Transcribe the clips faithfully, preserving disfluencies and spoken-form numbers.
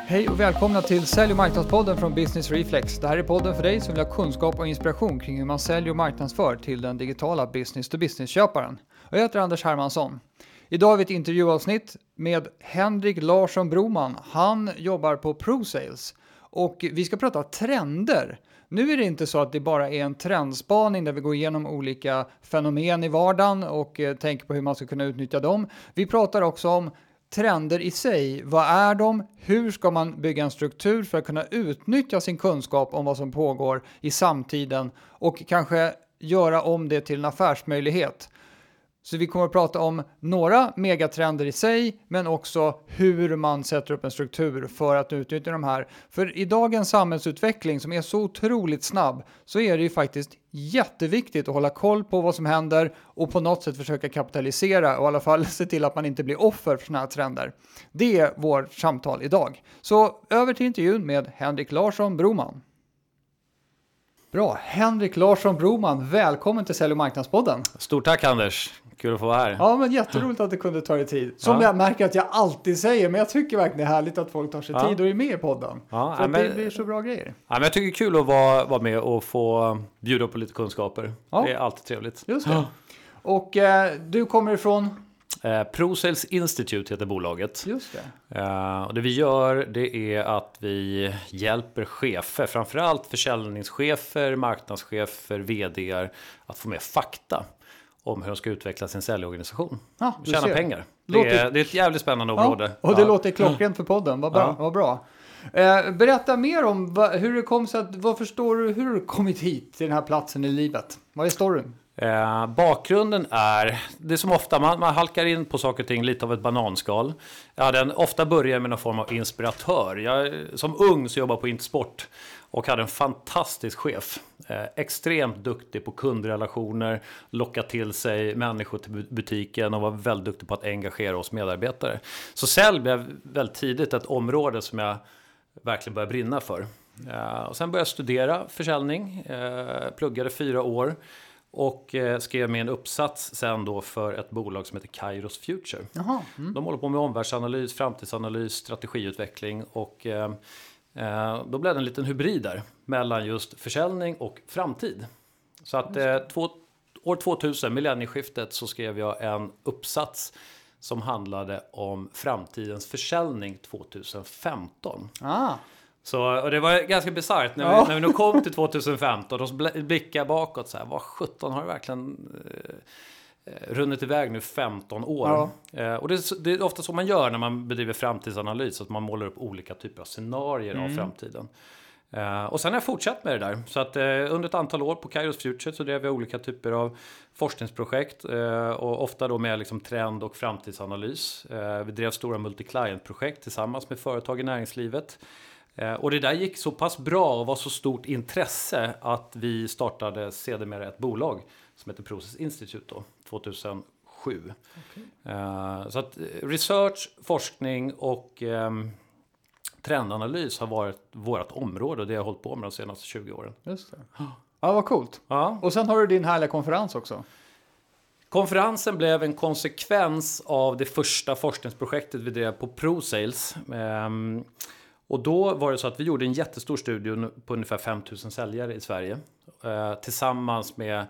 Hej och välkomna till Sälj- och marknadspodden från Business Reflex. Det här är podden för dig som vill ha kunskap och inspiration kring hur man säljer och marknadsför till den digitala business-to-business-köparen. Jag heter Anders Hermansson. Idag har vi ett intervjuavsnitt med Henrik Larsson Broman. Han jobbar på ProSales och vi ska prata trender. Nu är det inte så att det bara är en trendspaning där vi går igenom olika fenomen i vardagen och eh, tänker på hur man ska kunna utnyttja dem. Vi pratar också om trender i sig. Vad är de? Hur ska man bygga en struktur för att kunna utnyttja sin kunskap om vad som pågår i samtiden och kanske göra om det till en affärsmöjlighet? Så vi kommer att prata om några megatrender i sig, men också hur man sätter upp en struktur för att utnyttja de här. För i dagens samhällsutveckling som är så otroligt snabb så är det ju faktiskt jätteviktigt att hålla koll på vad som händer och på något sätt försöka kapitalisera och i alla fall se till att man inte blir offer för såna här trender. Det är vårt samtal idag. Så över till intervjun med Henrik Larsson Broman. Bra, Henrik Larsson Broman, välkommen till Sälj- och marknadspodden. Stort tack Anders, kul att få vara här. Ja, men jätteroligt att du kunde ta dig tid. Som ja. jag märker att jag alltid säger, men jag tycker verkligen det är härligt att folk tar sig ja. tid och är med i podden. Ja, för att men, det blir så bra grejer. Ja, men jag tycker det är kul att vara, vara med och få bjuda på lite kunskaper. Ja. Det är alltid trevligt. Just det. Ja. Och eh, du kommer ifrån? Eh, ProSales Institute heter bolaget. Just det. Eh, och det vi gör det är att vi hjälper chefer, framförallt försäljningschefer, marknadschefer, vd:ar att få med fakta om hur de ska utveckla sin säljorganisation. Ja, tjäna ser. pengar. Det, låter... är, det är ett jävligt spännande område. Ja, och det ja. låter klockrent för podden. Vad bra. Ja. Vad bra. Eh, berätta mer om va, hur det kom sig att, vad förstår du, hur du kommit hit till den här platsen i livet? Vad är storyn? Eh, bakgrunden är, det är som ofta, man, man halkar in på saker och ting lite av ett bananskal. Jag hade en, ofta började med någon form av inspiratör. Jag, som ung så jobbade jag på Intersport och hade en fantastisk chef. Eh, extremt duktig på kundrelationer, locka till sig människor till butiken och var väldigt duktig på att engagera oss medarbetare. Så sälj blev väldigt tidigt ett område som jag verkligen började brinna för. Eh, och sen började jag studera försäljning, eh, pluggade fyra år. Och eh, skrev med en uppsats sen då för ett bolag som heter Kairos Future. Jaha, mm. De håller på med omvärldsanalys, framtidsanalys, strategiutveckling och eh, eh, då blev det en liten hybrid där mellan just försäljning och framtid. Så att eh, två, år tvåtusen, millennieskiftet, så skrev jag en uppsats som handlade om framtidens försäljning tjugohundrafemton. Ah. Så, och det var ganska bisarrt när, ja. vi, när vi nu kom till tjugohundrafemton och så blickade jag bakåt så här, vad sjutton har det verkligen eh, runnit iväg nu femton år. Ja. Eh, och det, det är ofta så man gör när man bedriver framtidsanalys, att man målar upp olika typer av scenarier mm. av framtiden. Eh, och sen har jag fortsatt med det där. Så att eh, under ett antal år på Kairos Future så drev jag olika typer av forskningsprojekt eh, och ofta då med liksom trend- och framtidsanalys. Eh, vi drev stora multi-client-projekt tillsammans med företag i näringslivet. Och det där gick så pass bra och var så stort intresse att vi startade sedermera ett bolag som heter ProSales Institute då, tjugohundrasju. Okay. Uh, så att research, forskning och um, trendanalys har varit vårt område och det har jag hållit på med de senaste tjugo åren. Just det. Ja, vad coolt. Ja. Och sen har du din härliga konferens också. Konferensen blev en konsekvens av det första forskningsprojektet vi drev på ProSales. Um, Och då var det så att vi gjorde en jättestor studie på ungefär fem tusen säljare i Sverige. Eh, tillsammans med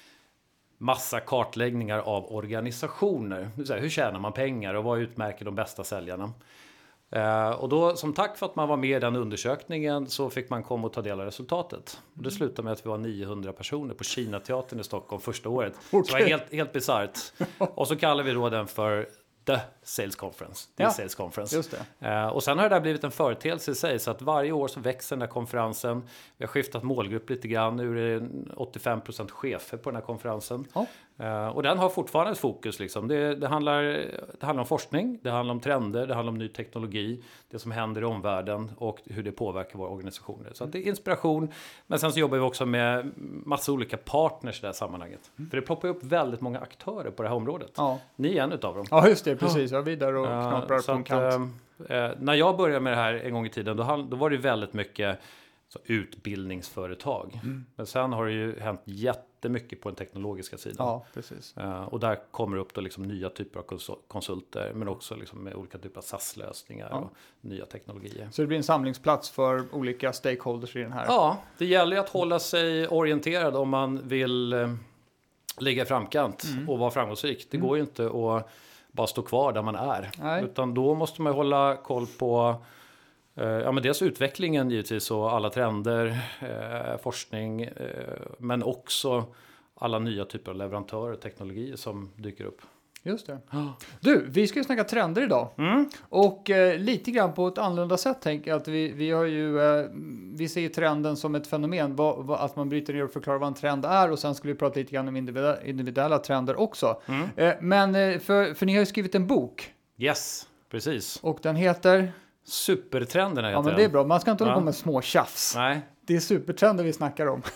massa kartläggningar av organisationer. Det vill säga, hur tjänar man pengar och vad utmärker de bästa säljarna? Eh, och då som tack för att man var med i den undersökningen så fick man komma och ta del av resultatet. Och det slutade med att vi var niohundra personer på Kinateatern i Stockholm första året. Okay. Så det var helt, helt bisarrt. Och så kallar vi då den för The Sales Conference. Det är ja, Sales Conference. Just det. Uh, och sen har det där blivit en företeelse i sig. Så att varje år så växer den här konferensen. Vi har skiftat målgrupp lite grann. Nu är det åttiofem procent chefer på den här konferensen. Ja. Uh, och den har fortfarande ett fokus. Liksom. Det, det, handlar, det handlar om forskning. Det handlar om trender. Det handlar om ny teknologi. Det som händer i omvärlden. Och hur det påverkar våra organisationer. Så att det är inspiration. Men sen så jobbar vi också med massa olika partners i det här sammanhanget. Mm. För det ploppar upp väldigt många aktörer på det här området. Ja. Ni är en utav dem. Ja, just det. Precis, jag är vidare och knaprar på en kant. Eh, när jag började med det här en gång i tiden, då, då var det väldigt mycket så, utbildningsföretag. Mm. Men sen har det ju hänt jätte jättemycket på den teknologiska sidan. Ja, precis. Uh, och där kommer upp då liksom nya typer av konsulter, men också liksom med olika typer av SaaS-lösningar ja. och nya teknologier. Så det blir en samlingsplats för olika stakeholders i den här? Ja, det gäller att hålla sig orienterad om man vill uh, ligga i framkant mm. och vara framgångsrik. Det mm. går ju inte att bara stå kvar där man är. Nej. Utan då måste man hålla koll på uh, ja, men dels utvecklingen givetvis och alla trender, uh, forskning, uh, men också alla nya typer av leverantörer och teknologier som dyker upp. Just det. Du, vi ska ju snacka trender idag. Mm. Och eh, lite grann på ett annorlunda sätt tänker jag att vi, vi har ju, eh, vi ser ju trenden som ett fenomen. Va, va, att man bryter ner och förklarar vad en trend är. Och sen ska vi prata lite grann om individuella, individuella trender också. Mm. Eh, men eh, för, för ni har ju skrivit en bok. Yes, precis. Och den heter? Supertrenderna heter Ja, men det är bra. Man ska inte hålla ja. på med små tjafs. Nej. Det är supertrender vi snackar om.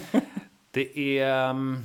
Det är... Um...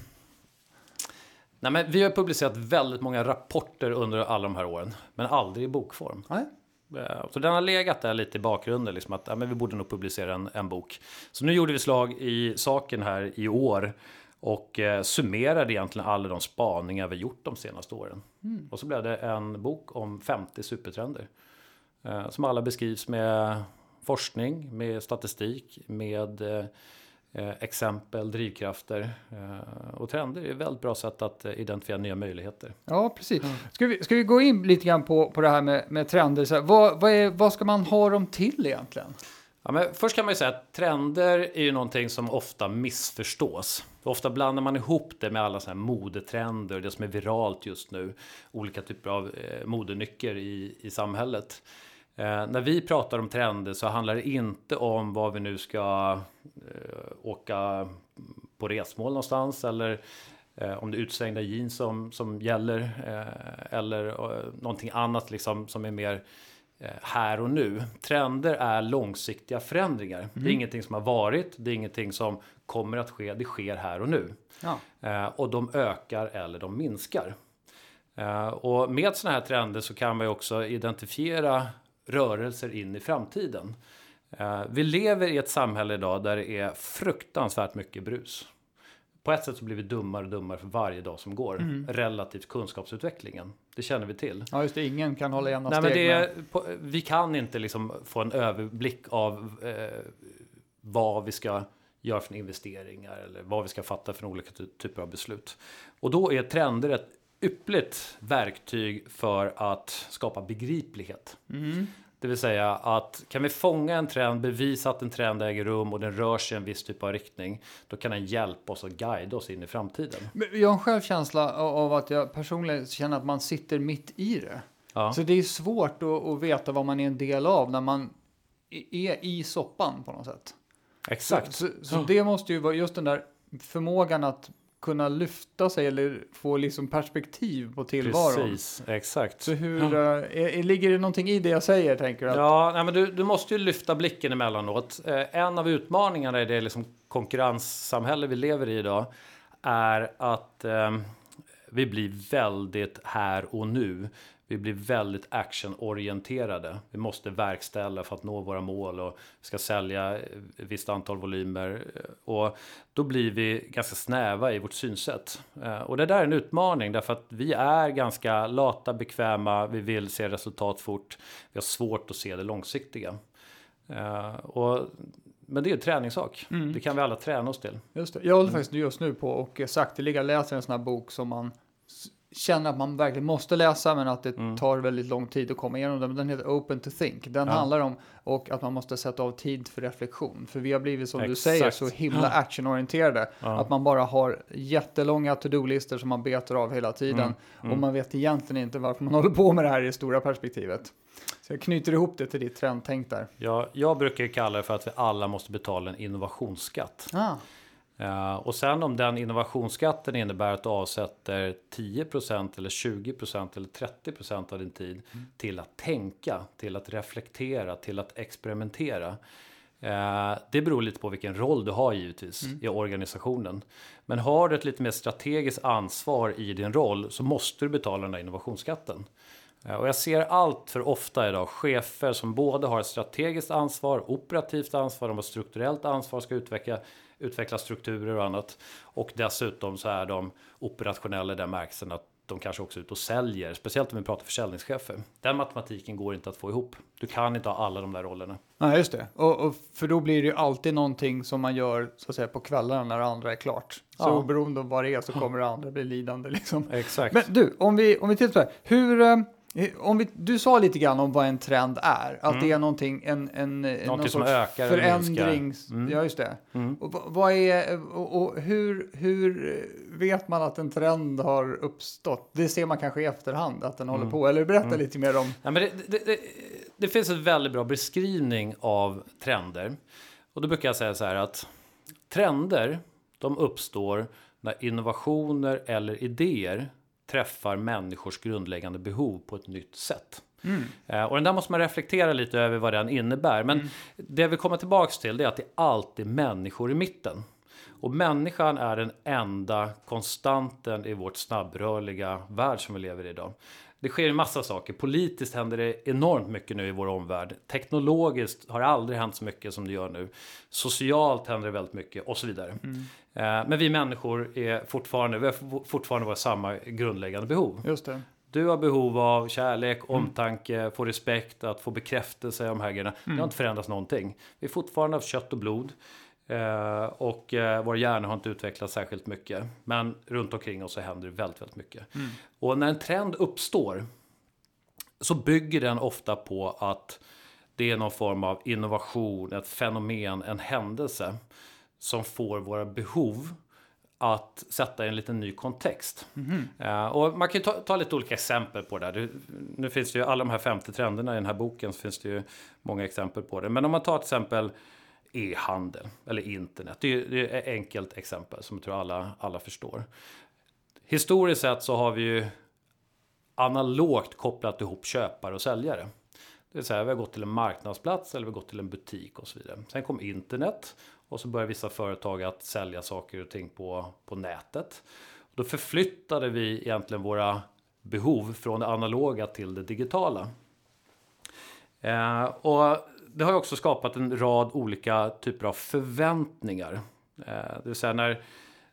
Nej, men vi har publicerat väldigt många rapporter under alla de här åren, men aldrig i bokform. Nej. Så den har legat där lite i bakgrunden, liksom att ja, men vi borde nog publicera en, en bok. Så nu gjorde vi slag i saken här i år och eh, summerade egentligen alla de spaningar vi gjort de senaste åren. Mm. Och så blev det en bok om femtio supertrender eh, som alla beskrivs med forskning, med statistik, med eh, Eh, exempel, drivkrafter eh, och trender är ett väldigt bra sätt att eh, identifiera nya möjligheter. Ja, precis. Mm. Ska vi, ska vi gå in lite grann på, på det här med, med trender? Så här, vad, vad, är, vad ska man ha dem till egentligen? Ja, men först kan man ju säga att trender är ju någonting som ofta missförstås. Ofta blandar man ihop det med alla så här modetrender, det som är viralt just nu. Olika typer av eh, modenycker i, i samhället. Eh, när vi pratar om trender så handlar det inte om vad vi nu ska eh, åka på resmål någonstans eller eh, om det är utsvängda jeans som, som gäller eh, eller eh, någonting annat liksom, som är mer eh, här och nu. Trender är långsiktiga förändringar. Mm. Det är ingenting som har varit, det är ingenting som kommer att ske, det sker här och nu. Ja. Eh, och de ökar eller de minskar. Eh, och med sådana här trender så kan man ju också identifiera rörelser in i framtiden. Uh, vi lever i ett samhälle idag där det är fruktansvärt mycket brus. På ett sätt så blir vi dummare och dummare för varje dag som går. Mm. Relativt kunskapsutvecklingen. Det känner vi till. Ja, just det. Ingen kan hålla jämna Nej, steg men det är, med. på, vi kan inte liksom få en överblick av eh, vad vi ska göra för investeringar eller vad vi ska fatta för olika ty- typer av beslut. Och då är trender ett yppligt verktyg för att skapa begriplighet. Mm. Det vill säga att kan vi fånga en trend, bevisa att en trend äger rum och den rör sig i en viss typ av riktning, då kan den hjälpa oss och guida oss in i framtiden. Men jag har en självkänsla av att jag personligen känner att man sitter mitt i det. Ja. Så det är svårt att, att veta vad man är en del av när man är i soppan på något sätt. Exakt. Så, så, så ja. Det måste ju vara just den där förmågan att kunna lyfta sig eller få liksom perspektiv på tillvaron. Precis, exakt. Så hur, ja. är, ligger det någonting i det jag säger, tänker du? Att... Ja, nej, men du, du måste ju lyfta blicken emellanåt. Eh, en av utmaningarna i det liksom konkurrenssamhälle vi lever i idag är att eh, vi blir väldigt här och nu. Vi blir väldigt actionorienterade. Vi måste verkställa för att nå våra mål och vi ska sälja ett visst antal volymer. Och då blir vi ganska snäva i vårt synsätt. Och det där är en utmaning därför att vi är ganska lata, bekväma. Vi vill se resultat fort. Vi har svårt att se det långsiktiga. Och, men det är en träningssak. Mm. Det kan vi alla träna oss till. Just det. Jag håller mm. faktiskt just nu på och sakteliga läser en sån här bok som man känner att man verkligen måste läsa, men att det mm. tar väldigt lång tid att komma igenom den. Den heter Open to Think. Den ja. handlar om och att man måste sätta av tid för reflektion. För vi har blivit, som Exakt. du säger, så himla actionorienterade. Ja. Att man bara har jättelånga to-do-listor som man betar av hela tiden. Mm. Mm. Och man vet egentligen inte varför man håller på med det här i det stora perspektivet. Så jag knyter ihop det till ditt trendtänk där. Ja, jag brukar kalla det för att vi alla måste betala en innovationsskatt. Ah. Uh, och sen om den innovationsskatten innebär att du avsätter tio procent eller tjugo procent eller trettio procent av din tid mm. till att tänka, till att reflektera, till att experimentera. Uh, det beror lite på vilken roll du har givetvis mm. i organisationen. Men har du ett lite mer strategiskt ansvar i din roll så måste du betala den där innovationsskatten. Uh, och jag ser allt för ofta idag chefer som både har ett strategiskt ansvar, operativt ansvar, de har strukturellt ansvar, ska utveckla utveckla strukturer och annat. Och dessutom så är de operationella i den märkelsen att de kanske också är ute och säljer, speciellt om vi pratar försäljningschefer. Den matematiken går inte att få ihop. Du kan inte ha alla de där rollerna. Ja, just det. Och, och för då blir det ju alltid någonting som man gör så att säga på kvällarna när det andra är klart. Så Ja. beroende av vad det är så kommer det andra bli lidande liksom. Exakt. Men du, om vi, om vi tittar på det här. Hur, eh, om vi, du sa lite grann om vad en trend är. Att Mm. det är någonting, en, en, någon Någonting som sorts ökar eller förändring. minskar. Mm. Ja, just det. Mm. Och, vad- vad är, och, och hur, hur vet man att en trend har uppstått? Det ser man kanske i efterhand att den håller på. Eller berätta Mm. lite mer om... Ja, men det, det, det, det finns en väldigt bra beskrivning av trender. Och då brukar jag säga så här att trender, de uppstår när innovationer eller idéer träffar människors grundläggande behov på ett nytt sätt. Mm. Eh, och den där måste man reflektera lite över vad den innebär. Men Mm. det vi kommer tillbaka till det är att det är alltid människor i mitten. Och människan är den enda konstanten i vårt snabbrörliga värld som vi lever i idag. Det sker en massa saker. Politiskt händer det enormt mycket nu i vår omvärld. Teknologiskt har det aldrig hänt så mycket som det gör nu. Socialt händer det väldigt mycket och så vidare. Mm. Eh, men vi människor är fortfarande, vi har fortfarande våra samma grundläggande behov. Just det. Du har behov av kärlek, omtanke, få respekt, att få bekräftelse av de här grejerna. Det har inte förändrats någonting. Vi är fortfarande av kött och blod. Eh, och eh, vår hjärna har inte utvecklats särskilt mycket. Men runt omkring oss så händer det väldigt, väldigt mycket. Mm. Och när en trend uppstår så bygger den ofta på att det är någon form av innovation, ett fenomen, en händelse som får våra behov att sätta i en liten ny kontext. Mhm. Eh, och man kan ju ta, ta lite olika exempel på det här. Det, nu finns det ju alla de här femtio trenderna i den här boken, så finns det ju många exempel på det. Men om man tar till exempel e-handel eller internet. Det är, det är ett enkelt exempel som jag tror alla, alla förstår. Historiskt sett så har vi ju analogt kopplat ihop köpare och säljare. Det vill säga vi har gått till en marknadsplats eller vi har gått till en butik och så vidare. Sen kom internet och så började vissa företag att sälja saker och ting på, på nätet. Då förflyttade vi egentligen våra behov från det analoga till det digitala. Eh, och det har ju också skapat en rad olika typer av förväntningar. Eh, det vill säga när,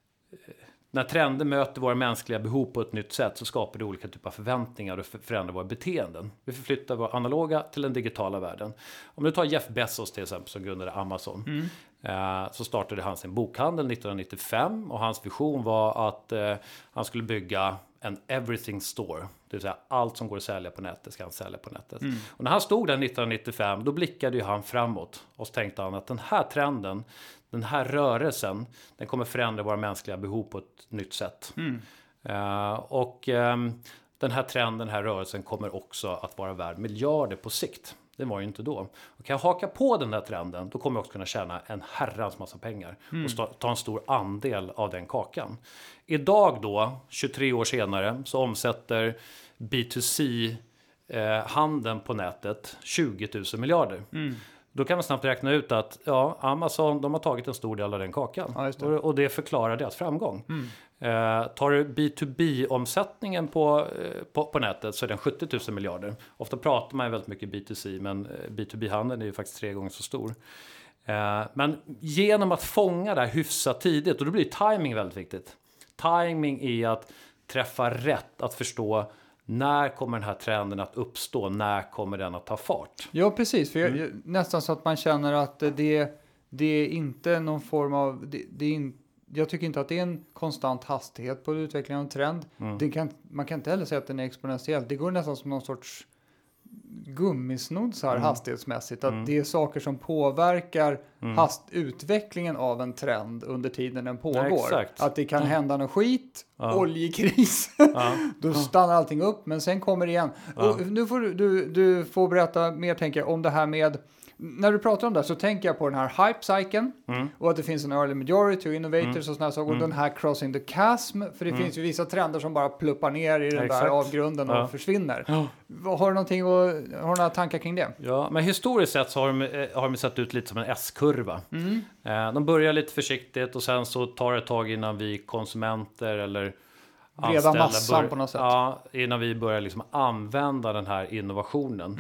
när trender möter våra mänskliga behov på ett nytt sätt så skapar det olika typer av förväntningar och förändrar våra beteenden. Vi förflyttar vår analoga till den digitala världen. Om du tar Jeff Bezos till exempel som grundade Amazon. Mm. Eh, så startade han sin bokhandel nittonhundranittiofem och hans vision var att eh, han skulle bygga en everything store. Det vill säga allt som går att sälja på nätet ska han sälja på nätet. Mm. Och när han stod där nittonhundranittiofem då blickade ju han framåt. Och så tänkte han att den här trenden, den här rörelsen, den kommer förändra våra mänskliga behov på ett nytt sätt. Mm. Uh, och um, den här trenden, den här rörelsen kommer också att vara värd miljarder på sikt. Det var ju inte då. Och kan jag haka på den där trenden, då kommer jag också kunna tjäna en herrans massa pengar. Mm. Och sta- ta en stor andel av den kakan. Idag då, tjugotre år senare, så omsätter B två C-handeln på nätet tjugo tusen miljarder. Mm. Då kan man snabbt räkna ut att ja, Amazon de har tagit en stor del av den kakan. Ja, just det. Och, och det förklarar deras framgång. Mm. Eh, tar du B två B-omsättningen på, eh, på, på nätet så är den sjuttio tusen miljarder. Ofta pratar man ju väldigt mycket B två C men eh, B två B-handeln är ju faktiskt tre gånger så stor. Eh, men genom att fånga det här hyfsat tidigt, och då blir timing väldigt viktigt. Timing är att träffa rätt, att förstå när kommer den här trenden att uppstå, när kommer den att ta fart. Ja, precis. För jag, Mm. jag, nästan så att man känner att det, det är inte någon form av... Det, det är in, jag tycker inte att det är en konstant hastighet på utvecklingen av en trend. Mm. Det kan, man kan inte heller säga att den är exponentiell. Det går nästan som någon sorts gummisnodd så här Mm. hastighetsmässigt. Att Mm. det är saker som påverkar Mm. hast, utvecklingen av en trend under tiden den pågår. exakt. Att det kan hända någon skit, Ja. oljekris. Ja. Då stannar allting upp, men sen kommer det igen. Ja. Och nu får du, du, du får berätta mer, tänker jag, om det här med... När du pratar om det så tänker jag på den här hype-cykeln. Mm. Och att det finns en early majority och innovators Mm. och sådana saker. Och Mm. den här crossing the chasm. För det Mm. finns ju vissa trender som bara pluppar ner i den Exakt. där avgrunden och Ja. försvinner. Ja. Vad- Har du någonting och, har du några tankar kring det? Ja, men historiskt sett så har de, eh, har de sett ut lite som en S-kurva. Mm. Eh, de börjar lite försiktigt och sen så tar det ett tag innan vi konsumenter eller Breda anställda massan bör- på något sätt. Ja, innan vi börjar liksom använda den här innovationen. Mm.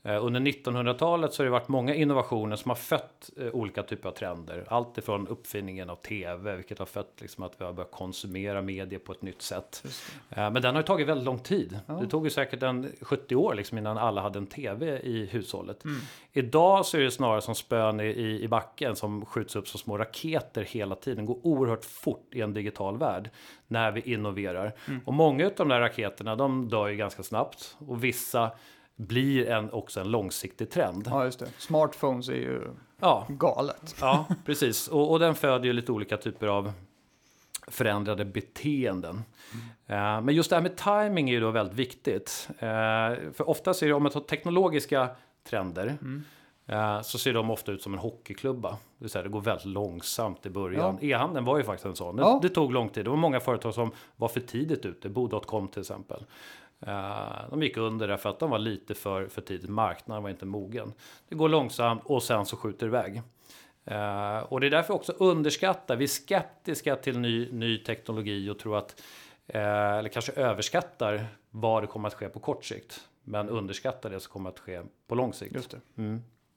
Under nittonhundratalet så har det varit många innovationer som har fött olika typer av trender. Allt ifrån uppfinningen av tv, vilket har fött liksom att vi har börjat konsumera media på ett nytt sätt. Men den har ju tagit väldigt lång tid. Ja. Det tog ju säkert en sjuttio år liksom innan alla hade en tv i hushållet. Mm. Idag så är det snarare som spön i, i backen som skjuts upp som små raketer hela tiden. Det går oerhört fort i en digital värld när vi innoverar. Mm. Och många av de där raketerna, de dör ju ganska snabbt. Och vissa blir en, också en långsiktig trend. Ja, just det. Smartphones är ju ja. galet. Ja, precis. Och, och den föder ju lite olika typer av förändrade beteenden. Mm. Uh, men just det här med timing är ju då väldigt viktigt. Uh, för oftast är det, om man tar teknologiska trender, mm. uh, så ser de ofta ut som en hockeyklubba. Det vill säga, det går väldigt långsamt i början. Ja. E-handeln var ju faktiskt en sån. Det, ja. det tog lång tid. Det var många företag som var för tidigt ute. Bo punkt com till exempel. Uh, de gick under därför att de var lite för, för tidigt. Marknaden var inte mogen. Det går långsamt och sen så skjuter det iväg. Uh, och det är därför också underskattar. Vi är skeptiska till ny, ny teknologi och tror att, uh, eller kanske överskattar vad det kommer att ske på kort sikt. Men underskattar det som kommer att ske på lång sikt. Just det. Mm.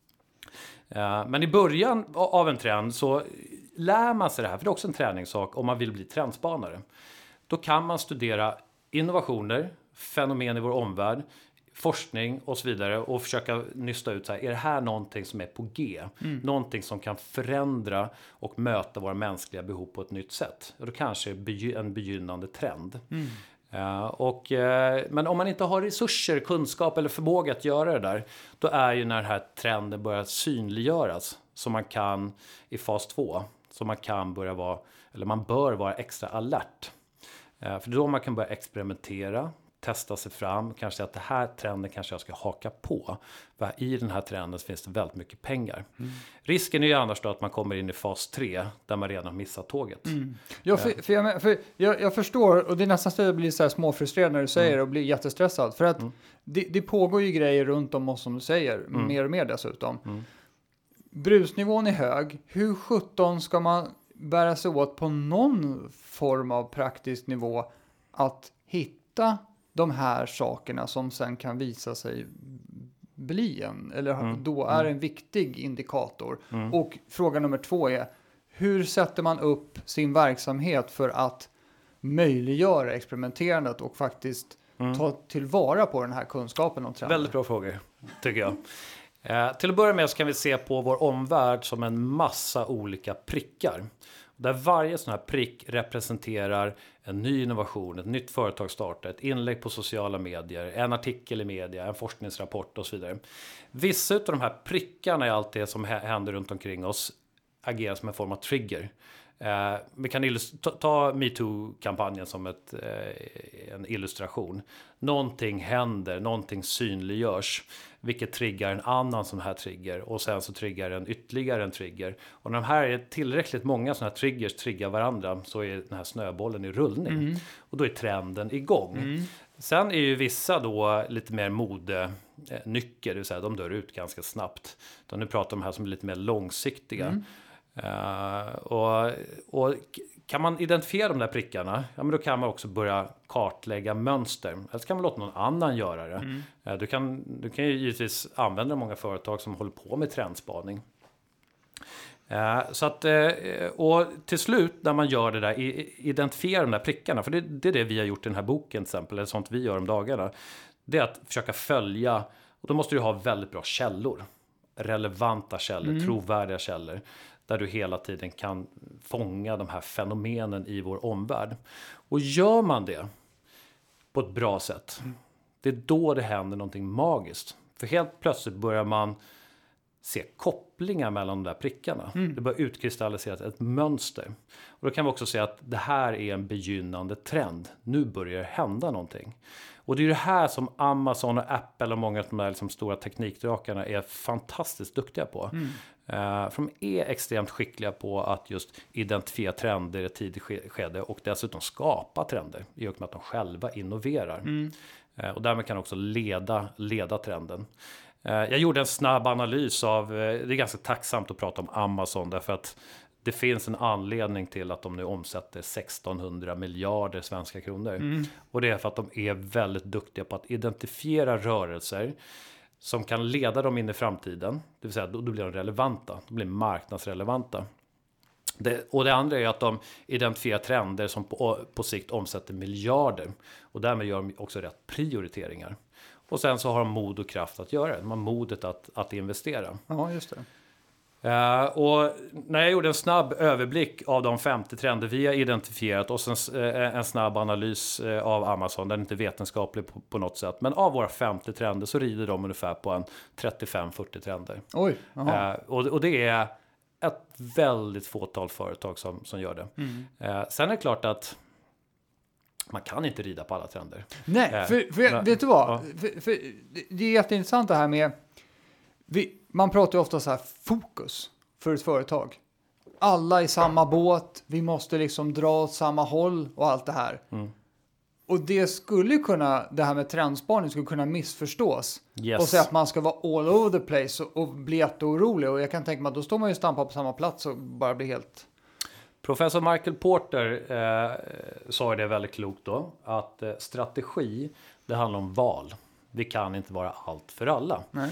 Uh, men i början av en trend så lär man sig det här. För det är också en träningssak om man vill bli trendspanare. Då kan man studera innovationer, fenomen i vår omvärld, forskning och så vidare och försöka nysta ut så här, är det här någonting som är på G? Mm. Någonting som kan förändra och möta våra mänskliga behov på ett nytt sätt. Och då kanske är en begynnande trend. Mm. Uh, och, uh, men om man inte har resurser, kunskap eller förmåga att göra det där, då är ju när den här trenden börjar synliggöras som man kan i fas två, så man kan börja vara, eller man bör vara extra alert. Uh, för då man kan börja experimentera, testa sig fram, kanske att det här trenden kanske jag ska haka på. För i den här trenden finns det väldigt mycket pengar. Mm. Risken är ju annars då att man kommer in i fas tre där man redan har missat tåget. Mm. Ja, för, för, jag, för jag, jag förstår, och det är nästan så att jag blir så här småfrustrerad när du säger mm. och blir jättestressad. För att mm. det, det pågår ju grejer runt om oss som du säger, mm. mer och mer dessutom. Mm. Brusnivån är hög. Hur sjutton ska man bära sig åt på någon form av praktisk nivå att hitta de här sakerna som sen kan visa sig bli en, eller mm. då är en viktig indikator. Mm. Och fråga nummer två är, hur sätter man upp sin verksamhet för att möjliggöra experimenterandet och faktiskt mm. ta tillvara på den här kunskapen om trender? Väldigt bra frågor, tycker jag. Eh, till att börja med så kan vi se på vår omvärld som en massa olika prickar. Där varje sån här prick representerar en ny innovation, ett nytt företag startar, ett inlägg på sociala medier, en artikel i media, en forskningsrapport och så vidare. Vissa av de här prickarna i allt det som händer runt omkring oss agerar som en form av trigger. Eh, vi kan illust- ta, ta MeToo-kampanjen som ett, eh, en illustration. Någonting händer, någonting synliggörs, vilket triggar en annan sån här trigger och sen så triggar en ytterligare en trigger. Och när de här är tillräckligt många såna här triggers triggar varandra så är den här snöbollen i rullning. Mm. Och då är trenden igång. Mm. Sen är ju vissa då lite mer modenycker, det vill säga de dör ut ganska snabbt. Utan nu pratar de här som är lite mer långsiktiga. Mm. Uh, och, och kan man identifiera de där prickarna, ja, men då kan man också börja kartlägga mönster. Eller så kan man låta någon annan göra det. Mm. Uh, du, kan, du kan ju givetvis använda många företag som håller på med trendspaning. Uh, så att, uh, och till slut när man gör det där, identifiera de där prickarna, för det, det är det vi har gjort i den här boken till exempel, eller sånt vi gör om dagarna. Det är att försöka följa, och då måste du ha väldigt bra källor. Relevanta källor, mm. trovärdiga källor. Där du hela tiden kan fånga de här fenomenen i vår omvärld. Och gör man det på ett bra sätt, mm. det är då det händer någonting magiskt. För helt plötsligt börjar man se kopplingar mellan de där prickarna. Mm. Det börjar utkristalliseras ett mönster. Och då kan vi också se att det här är en begynnande trend. Nu börjar det hända någonting. Och det är det här som Amazon och Apple och många av de där liksom stora teknikdrakarna är fantastiskt duktiga på. Mm. Uh, för de är extremt skickliga på att just identifiera trender i ett tidigt skede och dessutom skapa trender i och med att de själva innoverar. Mm. Uh, och därmed kan också leda, leda trenden. Uh, jag gjorde en snabb analys av, uh, det är ganska tacksamt att prata om Amazon därför att det finns en anledning till att de nu omsätter sextonhundra miljarder svenska kronor. Mm. Och det är för att de är väldigt duktiga på att identifiera rörelser som kan leda dem in i framtiden. Det vill säga då, då blir de relevanta, då blir marknadsrelevanta. Det, och det andra är att de identifierar trender som på, på sikt omsätter miljarder. Och därmed gör de också rätt prioriteringar. Och sen så har de mod och kraft att göra det. De har modet att, att investera. Ja, just det. Uh, och när jag gjorde en snabb överblick av de femtio trender vi har identifierat och sen uh, en snabb analys uh, av Amazon, den är inte vetenskaplig på, på något sätt, men av våra femtio trender så rider de ungefär på en trettiofem fyrtio trender. Oj, uh, och, och det är ett väldigt fåtal företag som, som gör det. Mm. Uh, sen är det klart att man kan inte rida på alla trender. Nej, uh, för, för men, vet du vad? Uh. För, för, det är jätteintressant det här med vi, man pratar ju ofta så här fokus för ett företag. Alla i samma båt, vi måste liksom dra åt samma håll och allt det här. Mm. Och det skulle kunna, det här med trendspaning skulle kunna missförstås. Yes. Och säga att man ska vara all over the place och, och bli jätteorolig. Och jag kan tänka mig att då står man ju stampa på samma plats och bara blir helt... Professor Michael Porter eh, sa det väldigt klokt då. Att eh, strategi, det handlar om val. Vi kan inte vara allt för alla. Nej.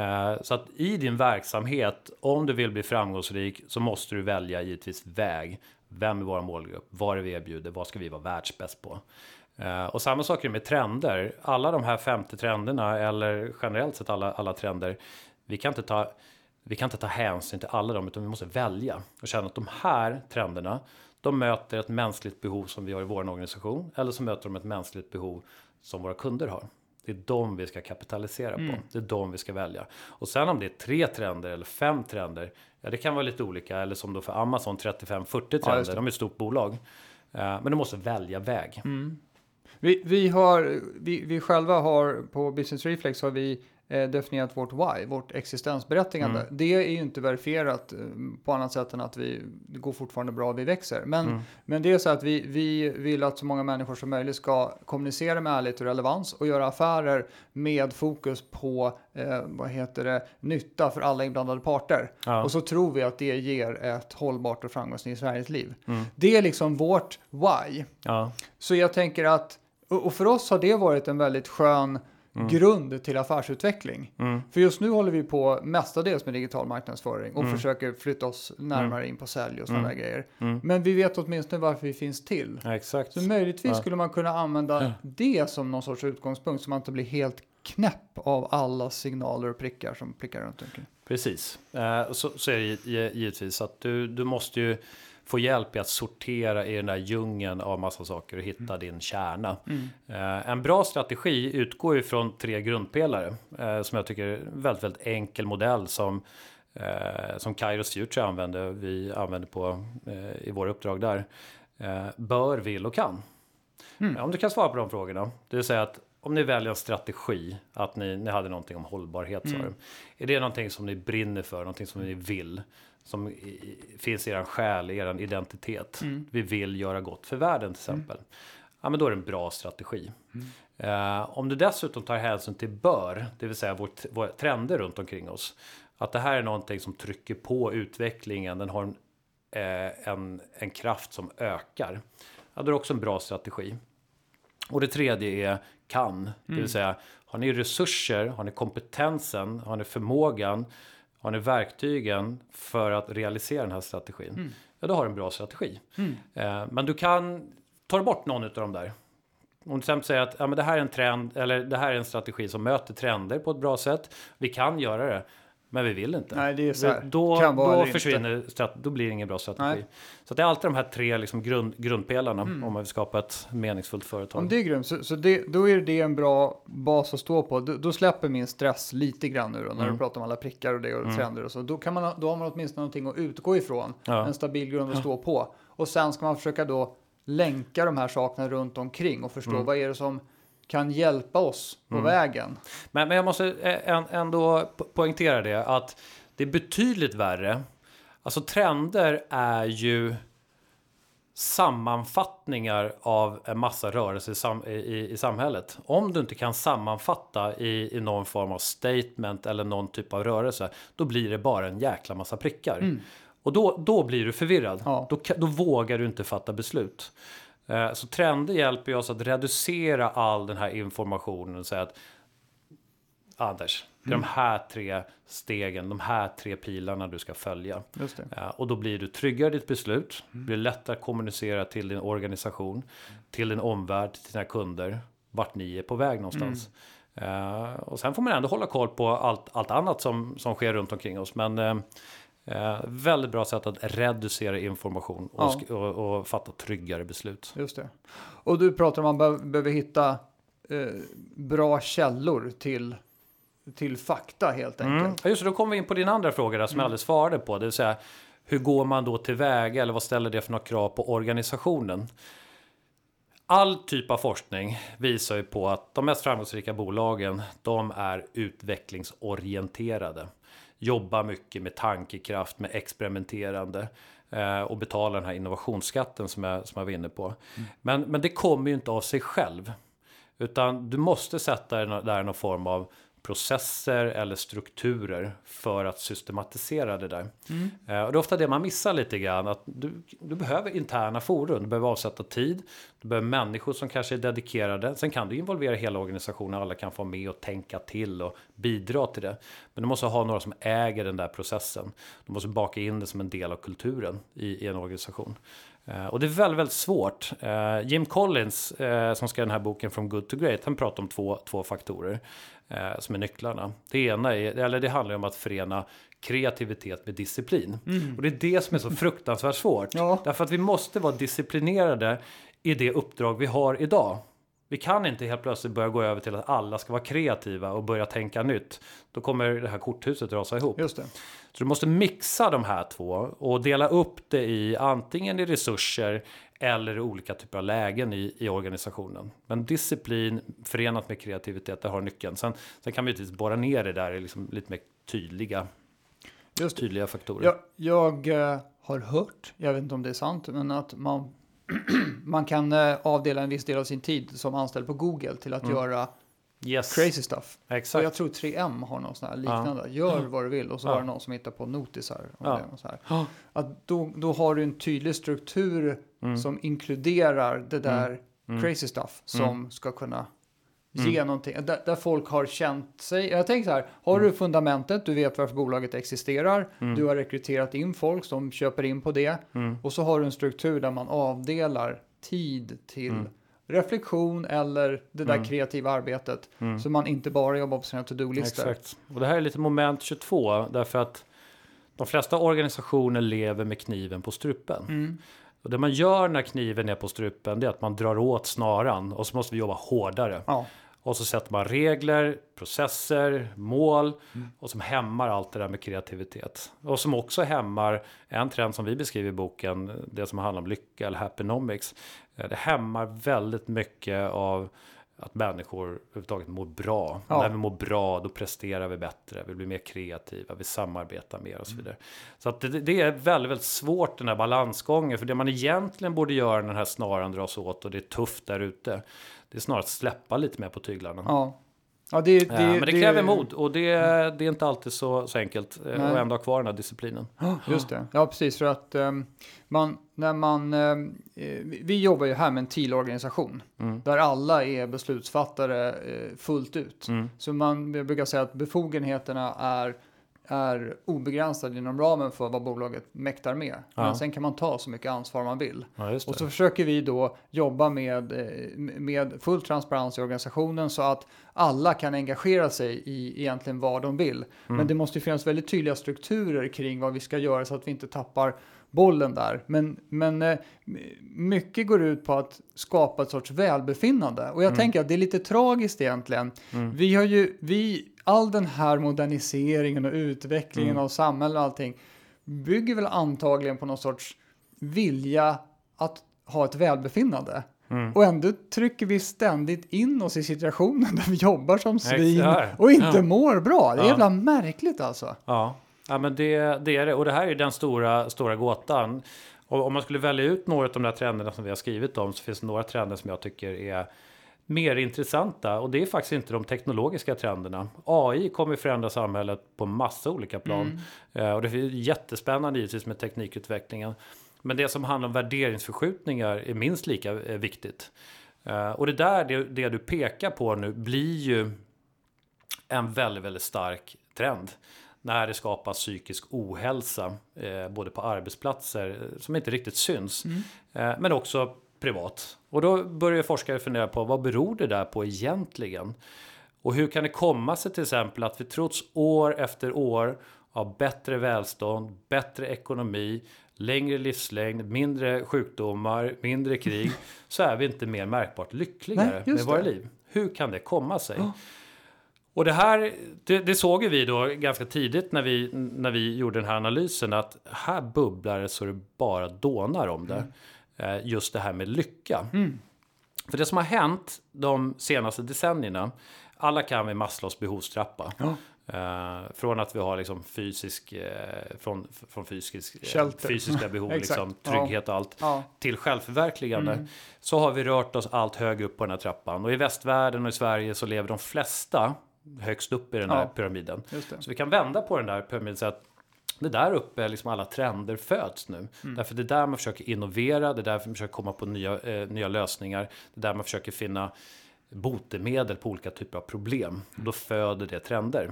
Så att i din verksamhet, om du vill bli framgångsrik, så måste du välja givetvis väg. Vem är vår målgrupp? Vad är vi erbjuder? Vad ska vi vara världsbäst på? Och samma sak är med trender. Alla de här femtio trenderna, eller generellt sett alla, alla trender, vi kan inte ta, vi kan inte ta hänsyn till alla dem, utan vi måste välja och känna att de här trenderna, de möter ett mänskligt behov som vi har i vår organisation, eller så möter de ett mänskligt behov som våra kunder har. Det är de vi ska kapitalisera på. Mm. Det är de vi ska välja. Och sen om det är tre trender eller fem trender, ja, det kan vara lite olika. Eller som då för Amazon trettiofem fyrtio trender. Ja, de är ett stort bolag. Uh, men du måste välja väg. Mm. Vi, vi, har, vi, vi själva har på Business Reflex har vi eh, definierat vårt why, vårt existensberättigande. Mm. Det är ju inte verifierat eh, på annat sätt än att vi det går fortfarande bra, vi växer. Men, mm. men det är så att vi, vi vill att så många människor som möjligt ska kommunicera med ärlighet och relevans och göra affärer med fokus på eh, vad heter det, nytta för alla inblandade parter. Ja. Och så tror vi att det ger ett hållbart och framgångsrikt näringsliv. Mm. Det är liksom vårt why. Ja. Så jag tänker att, och för oss har det varit en väldigt skön Mm. grund till affärsutveckling. Mm. För just nu håller vi på mestadels med digital marknadsföring och mm. försöker flytta oss närmare in på sälj och sådana mm. där grejer. Mm. Men vi vet åtminstone varför vi finns till. Ja, exakt. Så möjligtvis ja. skulle man kunna använda ja. det som någon sorts utgångspunkt så man inte blir helt knäpp av alla signaler och prickar som prickar runt omkring. Precis. Uh, så, så är det givetvis att du, du måste ju få hjälp i att sortera i den där djungeln av massa saker och hitta mm. din kärna. Mm. Uh, en bra strategi utgår ju från tre grundpelare uh, som jag tycker är en väldigt, väldigt enkel modell som, uh, som Kairos Future använder. Vi använder på uh, i våra uppdrag där. Uh, bör, vill och kan. Mm. Uh, om du kan svara på de frågorna. Det vill säga att om ni väljer en strategi, att ni, ni hade någonting om hållbarhet, mm. så är det någonting som ni brinner för, någonting som ni vill, som i, finns i er själ, i er identitet. Mm. Vi vill göra gott för världen till exempel. Mm. Ja, men då är det en bra strategi. Mm. Uh, om du dessutom tar hänsyn till bör, det vill säga våra vår trender runt omkring oss, att det här är någonting som trycker på utvecklingen, den har en, uh, en, en kraft som ökar. Ja, då är det också en bra strategi. Och det tredje är kan, mm. det vill säga har ni resurser, har ni kompetensen, har ni förmågan, har ni verktygen för att realisera den här strategin. Mm. Ja, då har du en bra strategi. Mm. Eh, men du kan ta bort någon av dem där. Om du till exempel säger att ja, men det här är en trend eller det här är en strategi som möter trender på ett bra sätt. Vi kan göra det. Men vi vill inte. Nej, det är så här. Då, då försvinner strat- då blir det ingen bra strategi. Nej. Så det är alltid de här tre liksom grund, grundpelarna mm. om man vill skapa ett meningsfullt företag. Om det är grund, så, så det, då är det en bra bas att stå på. Då, då släpper min stress lite grann nu då, när mm. du pratar om alla prickar och det och mm. trender och så. Då, kan man, då har man åtminstone någonting att utgå ifrån. Ja. En stabil grund att ja. stå på. Och sen ska man försöka då länka de här sakerna runt omkring och förstå mm. vad är det som kan hjälpa oss på mm. vägen. Men, men jag måste ändå poängtera det att det är betydligt värre. Alltså trender är ju sammanfattningar av en massa rörelser i, sam, i, i samhället. Om du inte kan sammanfatta i, i någon form av statement eller någon typ av rörelse, då blir det bara en jäkla massa prickar. Mm. Och då, då blir du förvirrad. Ja. Då, då vågar du inte fatta beslut. Så trender hjälper oss att reducera all den här informationen och säga att Anders, det är mm. de här tre stegen, de här tre pilarna du ska följa. Just det. Ja, och då blir du tryggare i ditt beslut, mm. blir lättare att kommunicera till din organisation, mm. till din omvärld, till dina kunder, vart ni är på väg någonstans. Mm. Uh, och sen får man ändå hålla koll på allt, allt annat som, som sker runt omkring oss. Men uh, uh, väldigt bra sätt att reducera information och, ja. och, och fatta tryggare beslut. Just det. Och du pratar om att man be- behöver hitta uh, bra källor till, till fakta helt enkelt. Mm. Ja, just det, då kommer vi in på din andra fråga där, som mm. jag aldrig svarade på. Det vill säga, hur går man då tillväga eller vad ställer det för några krav på organisationen? All typ av forskning visar ju på att de mest framgångsrika bolagen, de är utvecklingsorienterade. Jobbar mycket med tankekraft, med experimenterande eh, och betalar den här innovationsskatten som jag, som jag var inne på. Mm. Men, men det kommer ju inte av sig själv. Utan du måste sätta där någon form av processer eller strukturer för att systematisera det där. Mm. Eh, och det är ofta det man missar lite grann, att du, du behöver interna forum, du behöver avsätta tid, du behöver människor som kanske är dedikerade. Sen kan du involvera hela organisationen, alla kan få med och tänka till och bidra till det. Men du måste ha några som äger den där processen. Du måste baka in det som en del av kulturen i, i en organisation. Uh, och det är väldigt, väldigt svårt. Uh, Jim Collins, uh, som skrev den här boken From Good to Great, han pratar om två, två faktorer uh, som är nycklarna. Det ena är, eller det handlar om att förena kreativitet med disciplin. Mm. Och det är det som är så fruktansvärt svårt. Ja. Därför att vi måste vara disciplinerade i det uppdrag vi har idag. Vi kan inte helt plötsligt börja gå över till att alla ska vara kreativa och börja tänka nytt. Då kommer det här korthuset rasa ihop. Just det. Så du måste mixa de här två och dela upp det i antingen i resurser eller i olika typer av lägen i, i organisationen. Men disciplin förenat med kreativitet, där har nyckeln. Sen, sen kan vi ju borra ner det där i liksom lite mer tydliga, Just tydliga faktorer. Jag, jag uh, har hört, jag vet inte om det är sant, men att man man kan uh, avdela en viss del av sin tid som anställd på Google till att mm. göra yes. crazy stuff. Exakt. Och jag tror tre M har någon sån här liknande. Ja. Gör vad du vill. Och så ja. var det någon som hittar på notisar. Och ja. det och så här. Ja. Att då, då har du en tydlig struktur mm. som inkluderar det där mm. crazy stuff som mm. ska kunna ge mm. någonting. Där, där folk har känt sig. Jag tänker så här. Har mm. du fundamentet, du vet varför bolaget existerar. Mm. Du har rekryterat in folk som köper in på det. Mm. Och så har du en struktur där man avdelar tid till mm. reflektion eller det där mm. kreativa arbetet. Mm. Så man inte bara jobbar på sina to-do-listor. Exakt. Och det här är lite moment tjugotvå. Därför att de flesta organisationer lever med kniven på strupen. Mm. Och det man gör när kniven är på strupen, det är att man drar åt snaran. Och så måste vi jobba hårdare. Ja. Och så sätter man regler, processer, mål. Mm. Och som hämmar allt det där med kreativitet. Och som också hämmar en trend som vi beskriver i boken. Det som handlar om lycka eller happenomics. Det hämmar väldigt mycket av att människor överhuvudtaget mår bra. Ja. När vi mår bra, då presterar vi bättre. Vi blir mer kreativa, vi samarbetar mer och så vidare. Mm. Så att det, det är väldigt, väldigt svårt, den här balansgången. För det man egentligen borde göra när den här snaran dras åt och det är tufft där ute, det är snarare att släppa lite mer på tyglarna. Ja. Ja, det, det, ja, men det, det kräver mod och det, det är inte alltid så, så enkelt att ändå ha kvar den här disciplinen. Just det, ja precis, för att um, man, när man, um, vi jobbar ju här med en T I L-organisation mm. där alla är beslutsfattare uh, fullt ut. Mm. Så man brukar säga att befogenheterna är är obegränsad inom ramen för vad bolaget mäktar med. Ja. Men sen kan man ta så mycket ansvar man vill. Ja, och så försöker vi då jobba med, med full transparens i organisationen så att alla kan engagera sig i egentligen vad de vill. Mm. Men det måste finnas väldigt tydliga strukturer kring vad vi ska göra så att vi inte tappar bollen där. Men, men mycket går ut på att skapa ett sorts välbefinnande. Och jag mm. tänker att det är lite tragiskt egentligen. Mm. Vi har ju, vi, all den här moderniseringen och utvecklingen mm. av samhället och allting bygger väl antagligen på någon sorts vilja att ha ett välbefinnande. Mm. Och ändå trycker vi ständigt in oss i situationen där vi jobbar som svin och inte ja. mår bra. Det är ja. jävla märkligt alltså. Ja. Ja, men det, det är det. Och det här är den stora, stora gåtan. Och om man skulle välja ut några av de där trenderna som vi har skrivit om, så finns det några trender som jag tycker är mer intressanta. Och det är faktiskt inte de teknologiska trenderna. A I kommer förändra samhället på massa olika plan. Mm. Och det är jättespännande givetvis med teknikutvecklingen. Men det som handlar om värderingsförskjutningar är minst lika viktigt. Och det där, det, det du pekar på nu, blir ju en väldigt, väldigt stark trend. När det skapas psykisk ohälsa, eh, både på arbetsplatser eh, som inte riktigt syns, mm. eh, men också privat. Och då börjar forskare fundera på vad beror det där på egentligen? Och hur kan det komma sig till exempel att vi trots år efter år av bättre välstånd, bättre ekonomi, längre livslängd, mindre sjukdomar, mindre krig, så är vi inte mer märkbart lyckligare Nej, med våra liv. Hur kan det komma sig? Oh. Och det här, det, det såg vi då ganska tidigt när vi, när vi gjorde den här analysen, att här bubblar det så det bara dånar om det. Mm. Just det här med lycka. Mm. För det som har hänt de senaste decennierna, alla kan vi Maslows behovstrappa. Ja. Uh, från att vi har liksom fysisk, uh, från, från fysisk, uh, fysiska behov, liksom, trygghet och allt, ja. Till självförverkligande. Mm. Så har vi rört oss allt högre upp på den här trappan. Och i västvärlden och i Sverige så lever de flesta högst upp i den här ja. pyramiden. Så vi kan vända på den där pyramiden och säga att det där uppe är liksom alla trender föds nu. Mm. Därför det är där man försöker innovera, det är där man försöker komma på nya, eh, nya lösningar. Det är där man försöker finna botemedel på olika typer av problem. Mm. Och då föder det trender.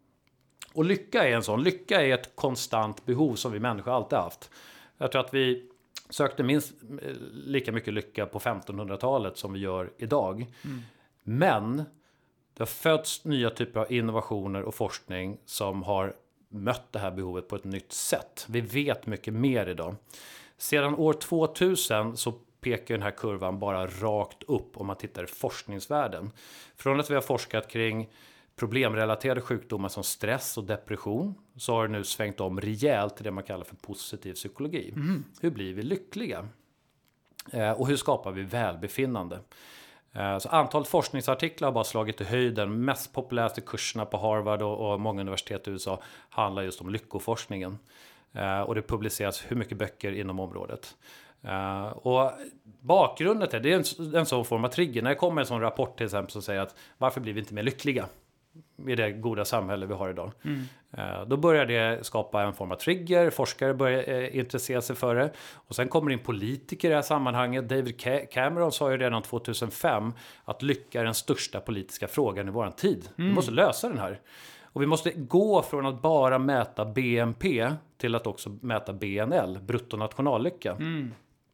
Och lycka är en sån. Lycka är ett konstant behov som vi människor alltid haft. Jag tror att vi sökte minst lika mycket lycka på femtonhundratalet som vi gör idag. Mm. Men det har fötts nya typer av innovationer och forskning som har mött det här behovet på ett nytt sätt. Vi vet mycket mer idag. Sedan år tvåtusen så pekar den här kurvan bara rakt upp om man tittar i forskningsvärlden. Från att vi har forskat kring problemrelaterade sjukdomar som stress och depression, så har det nu svängt om rejält till det man kallar för positiv psykologi. Mm. Hur blir vi lyckliga? Eh, och hur skapar vi välbefinnande? Eh, så antalet forskningsartiklar har bara slagit i höjden. Mest populäraste kurserna på Harvard och, och många universitet i U S A handlar just om lyckoforskningen. Eh, och det publiceras hur mycket böcker inom området. Uh, och bakgrunden till det är en, en sån form av trigger. När det kommer en sån rapport till exempel som säger att varför blir vi inte mer lyckliga i det goda samhälle vi har idag. Mm. Uh, då börjar det skapa en form av trigger. Forskare börjar uh, intressera sig för det. Och sen kommer in politiker i det här sammanhanget. David Cameron sa ju redan tjugohundrafem att lycka är den största politiska frågan i våran tid. Mm. Vi måste lösa den här. Och vi måste gå från att bara mäta B N P till att också mäta B N L, bruttonationallycka. Mm.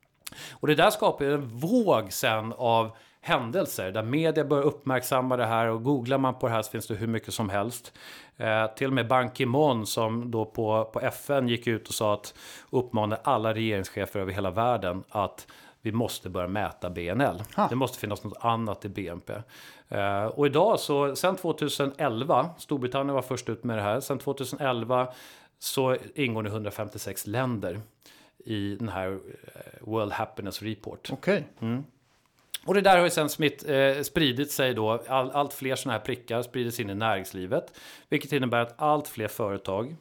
Och det där skapar en våg sen av händelser där media börjar uppmärksamma det här, och googlar man på det här så finns det hur mycket som helst. Eh, till och med Ban Ki-moon som då på, på F N gick ut och sa att uppmanade alla regeringschefer över hela världen att vi måste börja mäta B N L. Ha. Det måste finnas något annat i B N P. Uh, och idag så, sen tjugoelva, Storbritannien var först ut med det här. Sen tjugoelva så ingår det hundrafemtiosex länder i den här World Happiness Report. Okej. Okay. Mm. Och det där har ju sen smitt, eh, spridit sig då. All, allt fler sådana här prickar sprids in i näringslivet. Vilket innebär att allt fler företag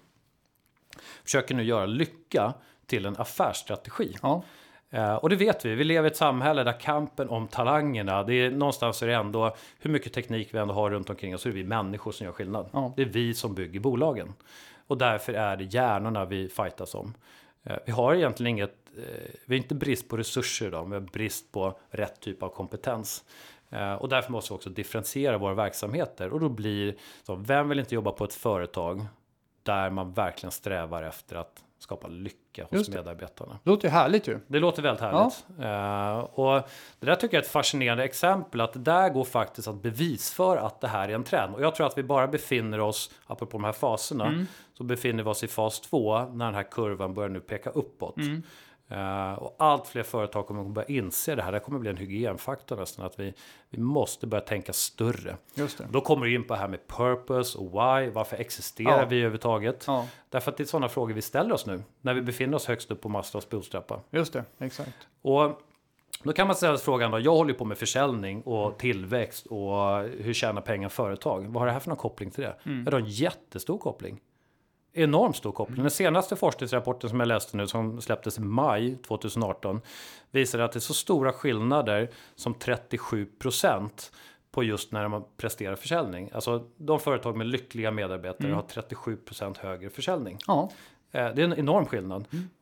försöker nu göra lycka till en affärsstrategi. Ja. Uh, och det vet vi, vi lever i ett samhälle där kampen om talangerna, det är någonstans är det ändå hur mycket teknik vi ändå har runt omkring oss, så är det vi människor som gör skillnad. Ja. Det är vi som bygger bolagen. Och därför är det hjärnorna vi fightas om. Uh, vi har egentligen inget, uh, vi har inte brist på resurser idag, vi har brist på rätt typ av kompetens. Uh, och därför måste vi också differentiera våra verksamheter. Och då blir, så, vem vill inte jobba på ett företag där man verkligen strävar efter att skapa lycka hos medarbetarna. Det låter härligt ju. Det låter väldigt härligt. Ja. Uh, och det där tycker jag är ett fascinerande exempel. Att det där går faktiskt att bevisföra att det här är en trend. Och jag tror att vi bara befinner oss, apropå de här faserna, mm. så befinner vi oss i fas två när den här kurvan börjar nu peka uppåt. Mm. Uh, och allt fler företag kommer att börja inse det här. Det kommer att bli en hygienfaktor nästan. Att vi, vi måste börja tänka större. Just det. Då kommer vi in på det här med purpose och why. Varför existerar ja. vi överhuvudtaget? Ja. Därför att det är sådana frågor vi ställer oss nu. När vi befinner oss högst upp på Maslows behovstrappa. Just det, exakt. Och då kan man ställa sig frågan då. Jag håller på med försäljning och tillväxt. Och hur tjänar pengar företag? Vad har det här för någon koppling till det? Mm. Är det en jättestor koppling? Enormt stor koppling. Mm. Den senaste forskningsrapporten som jag läste nu, som släpptes i maj tjugoarton, visar att det är så stora skillnader som trettiosju procent på just när man presterar försäljning. Alltså de företag med lyckliga medarbetare mm. har trettiosju procent högre försäljning. Ja. Det är en enorm skillnad. Mm.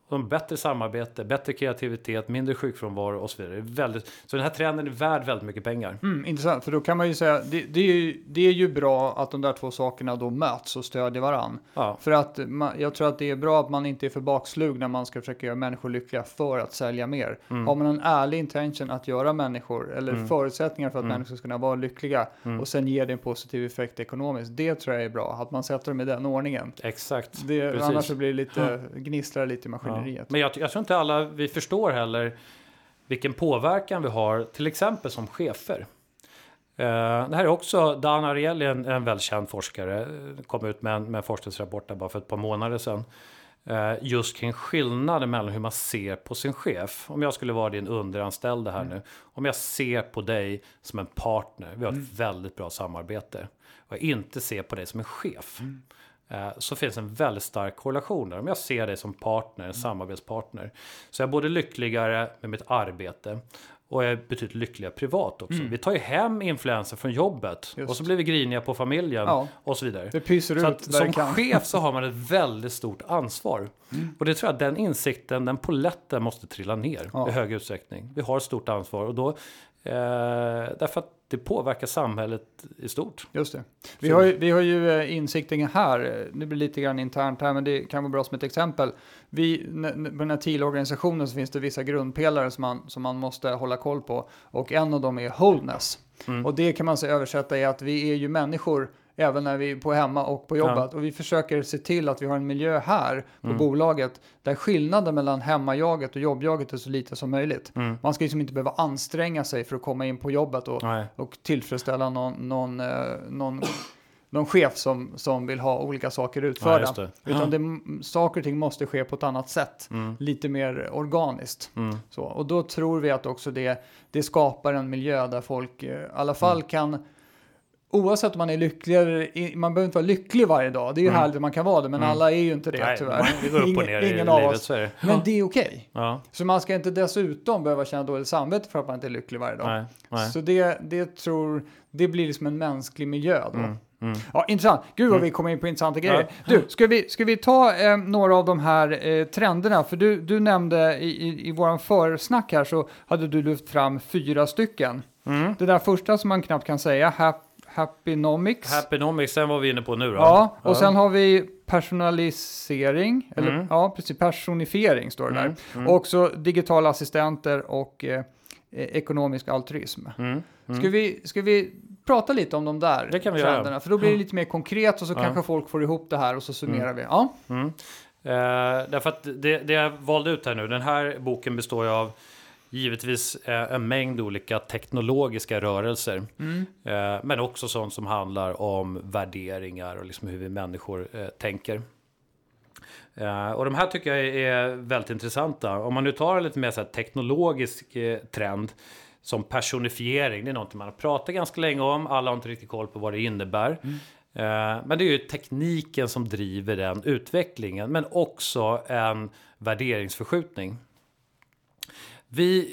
de bättre samarbete, bättre kreativitet, mindre sjukfrånvaro och så vidare. Det är väldigt, så den här trenden är värd väldigt mycket pengar. Mm, intressant, för då kan man ju säga, det, det, är ju, det är ju bra att de där två sakerna då möts och stödjer varann. Ja. För att man, jag tror att det är bra att man inte är för bakslug när man ska försöka göra människor lyckliga för att sälja mer. Mm. Har man en ärlig intention att göra människor, eller mm. förutsättningar för att mm. människor ska kunna vara lyckliga mm. och sen ge det en positiv effekt ekonomiskt, det tror jag är bra. Att man sätter dem i den ordningen. Exakt. Det, annars så blir det lite, gnistrar lite i maskineriet. Ja. Men jag, jag tror inte alla vi förstår heller vilken påverkan vi har, till exempel som chefer. Uh, det här är också, Dan Ariely, en, en välkänd forskare, kom ut med en, med en forskningsrapport där bara för ett par månader sedan. Uh, just kring skillnaden mellan hur man ser på sin chef. Om jag skulle vara din underanställda här mm. nu. Om jag ser på dig som en partner, vi har ett mm. väldigt bra samarbete. Och jag inte ser på dig som en chef. Mm. Så finns en väldigt stark korrelation där. Om jag ser dig som partner, en samarbetspartner, så är jag både lyckligare med mitt arbete och jag är betydligt lyckligare privat också. Mm. Vi tar ju hem influenser från jobbet. Just. Och så blir vi griniga på familjen ja. Och så vidare. Det pyser ut så att, där som kan. chef så har man ett väldigt stort ansvar. Mm. Och det tror jag att den insikten, den poletten måste trilla ner ja. I hög utsträckning. Vi har ett stort ansvar och då eh, därför att det påverkar samhället i stort. Just det. Vi har ju, vi har ju insikten här, det blir lite grann internt här, men det kan vara bra som ett exempel. Vi, på den här T I L-organisationen så finns det vissa grundpelare som man, som man måste hålla koll på. Och en av dem är wholeness. Mm. Och det kan man så översätta i att vi är ju människor även när vi är på hemma och på jobbet. Ja. Och vi försöker se till att vi har en miljö här på mm. bolaget där skillnaden mellan hemmajaget och jobbjaget är så lite som möjligt. Mm. Man ska liksom inte behöva anstränga sig för att komma in på jobbet och, och tillfredsställa någon, någon, eh, någon, någon chef som, som vill ha olika saker utförda. Ja, det. Utan det, saker och ting måste ske på ett annat sätt. Mm. Lite mer organiskt. Mm. Så, och då tror vi att också det, det skapar en miljö där folk eh, i alla fall mm. kan... Oavsett om man är lycklig, man behöver inte vara lycklig varje dag. Det är ju mm. härligt att man kan vara det, men mm. alla är ju inte det. Nej, tyvärr. Det går upp och ner ingen i av livet, oss. Så är det. Men det är okej. Okay. Ja. Så man ska inte dessutom behöva känna dåligt samvete för att man inte är lycklig varje dag. Nej, nej. Så det, det tror, det blir liksom en mänsklig miljö då. Mm. Mm. Ja, intressant. Gud vad mm. vi kommer in på intressanta grejer. Ja. Du, ska vi, ska vi ta eh, några av de här eh, trenderna? För du, du nämnde i, i, i våran försnack här så hade du lyft fram fyra stycken. Mm. Det där första som man knappt kan säga, hap, Happynomics. Happynomics, sen var vi inne på nu då. Ja, och ja. Sen har vi personalisering, eller mm. ja, precis, personifiering står det mm. där. Mm. Och också digitala assistenter och eh, ekonomisk altruism. Mm. Mm. Ska, vi, ska vi prata lite om de där det kan vi trenderna? Göra. För då blir det lite mer konkret och så ja. Kanske folk får ihop det här och så summerar mm. vi. Ja. Mm. Uh, därför att det, det jag valde ut här nu, den här boken består ju av givetvis eh, en mängd olika teknologiska rörelser. Mm. Eh, men också sånt som handlar om värderingar och liksom hur vi människor eh, tänker. Eh, och de här tycker jag är väldigt intressanta. Om man nu tar en lite mer så här teknologisk eh, trend som personifiering. Det är något man har pratat ganska länge om. Alla har inte riktigt koll på vad det innebär. Mm. Eh, men det är ju tekniken som driver den utvecklingen. Men också en värderingsförskjutning. Vi,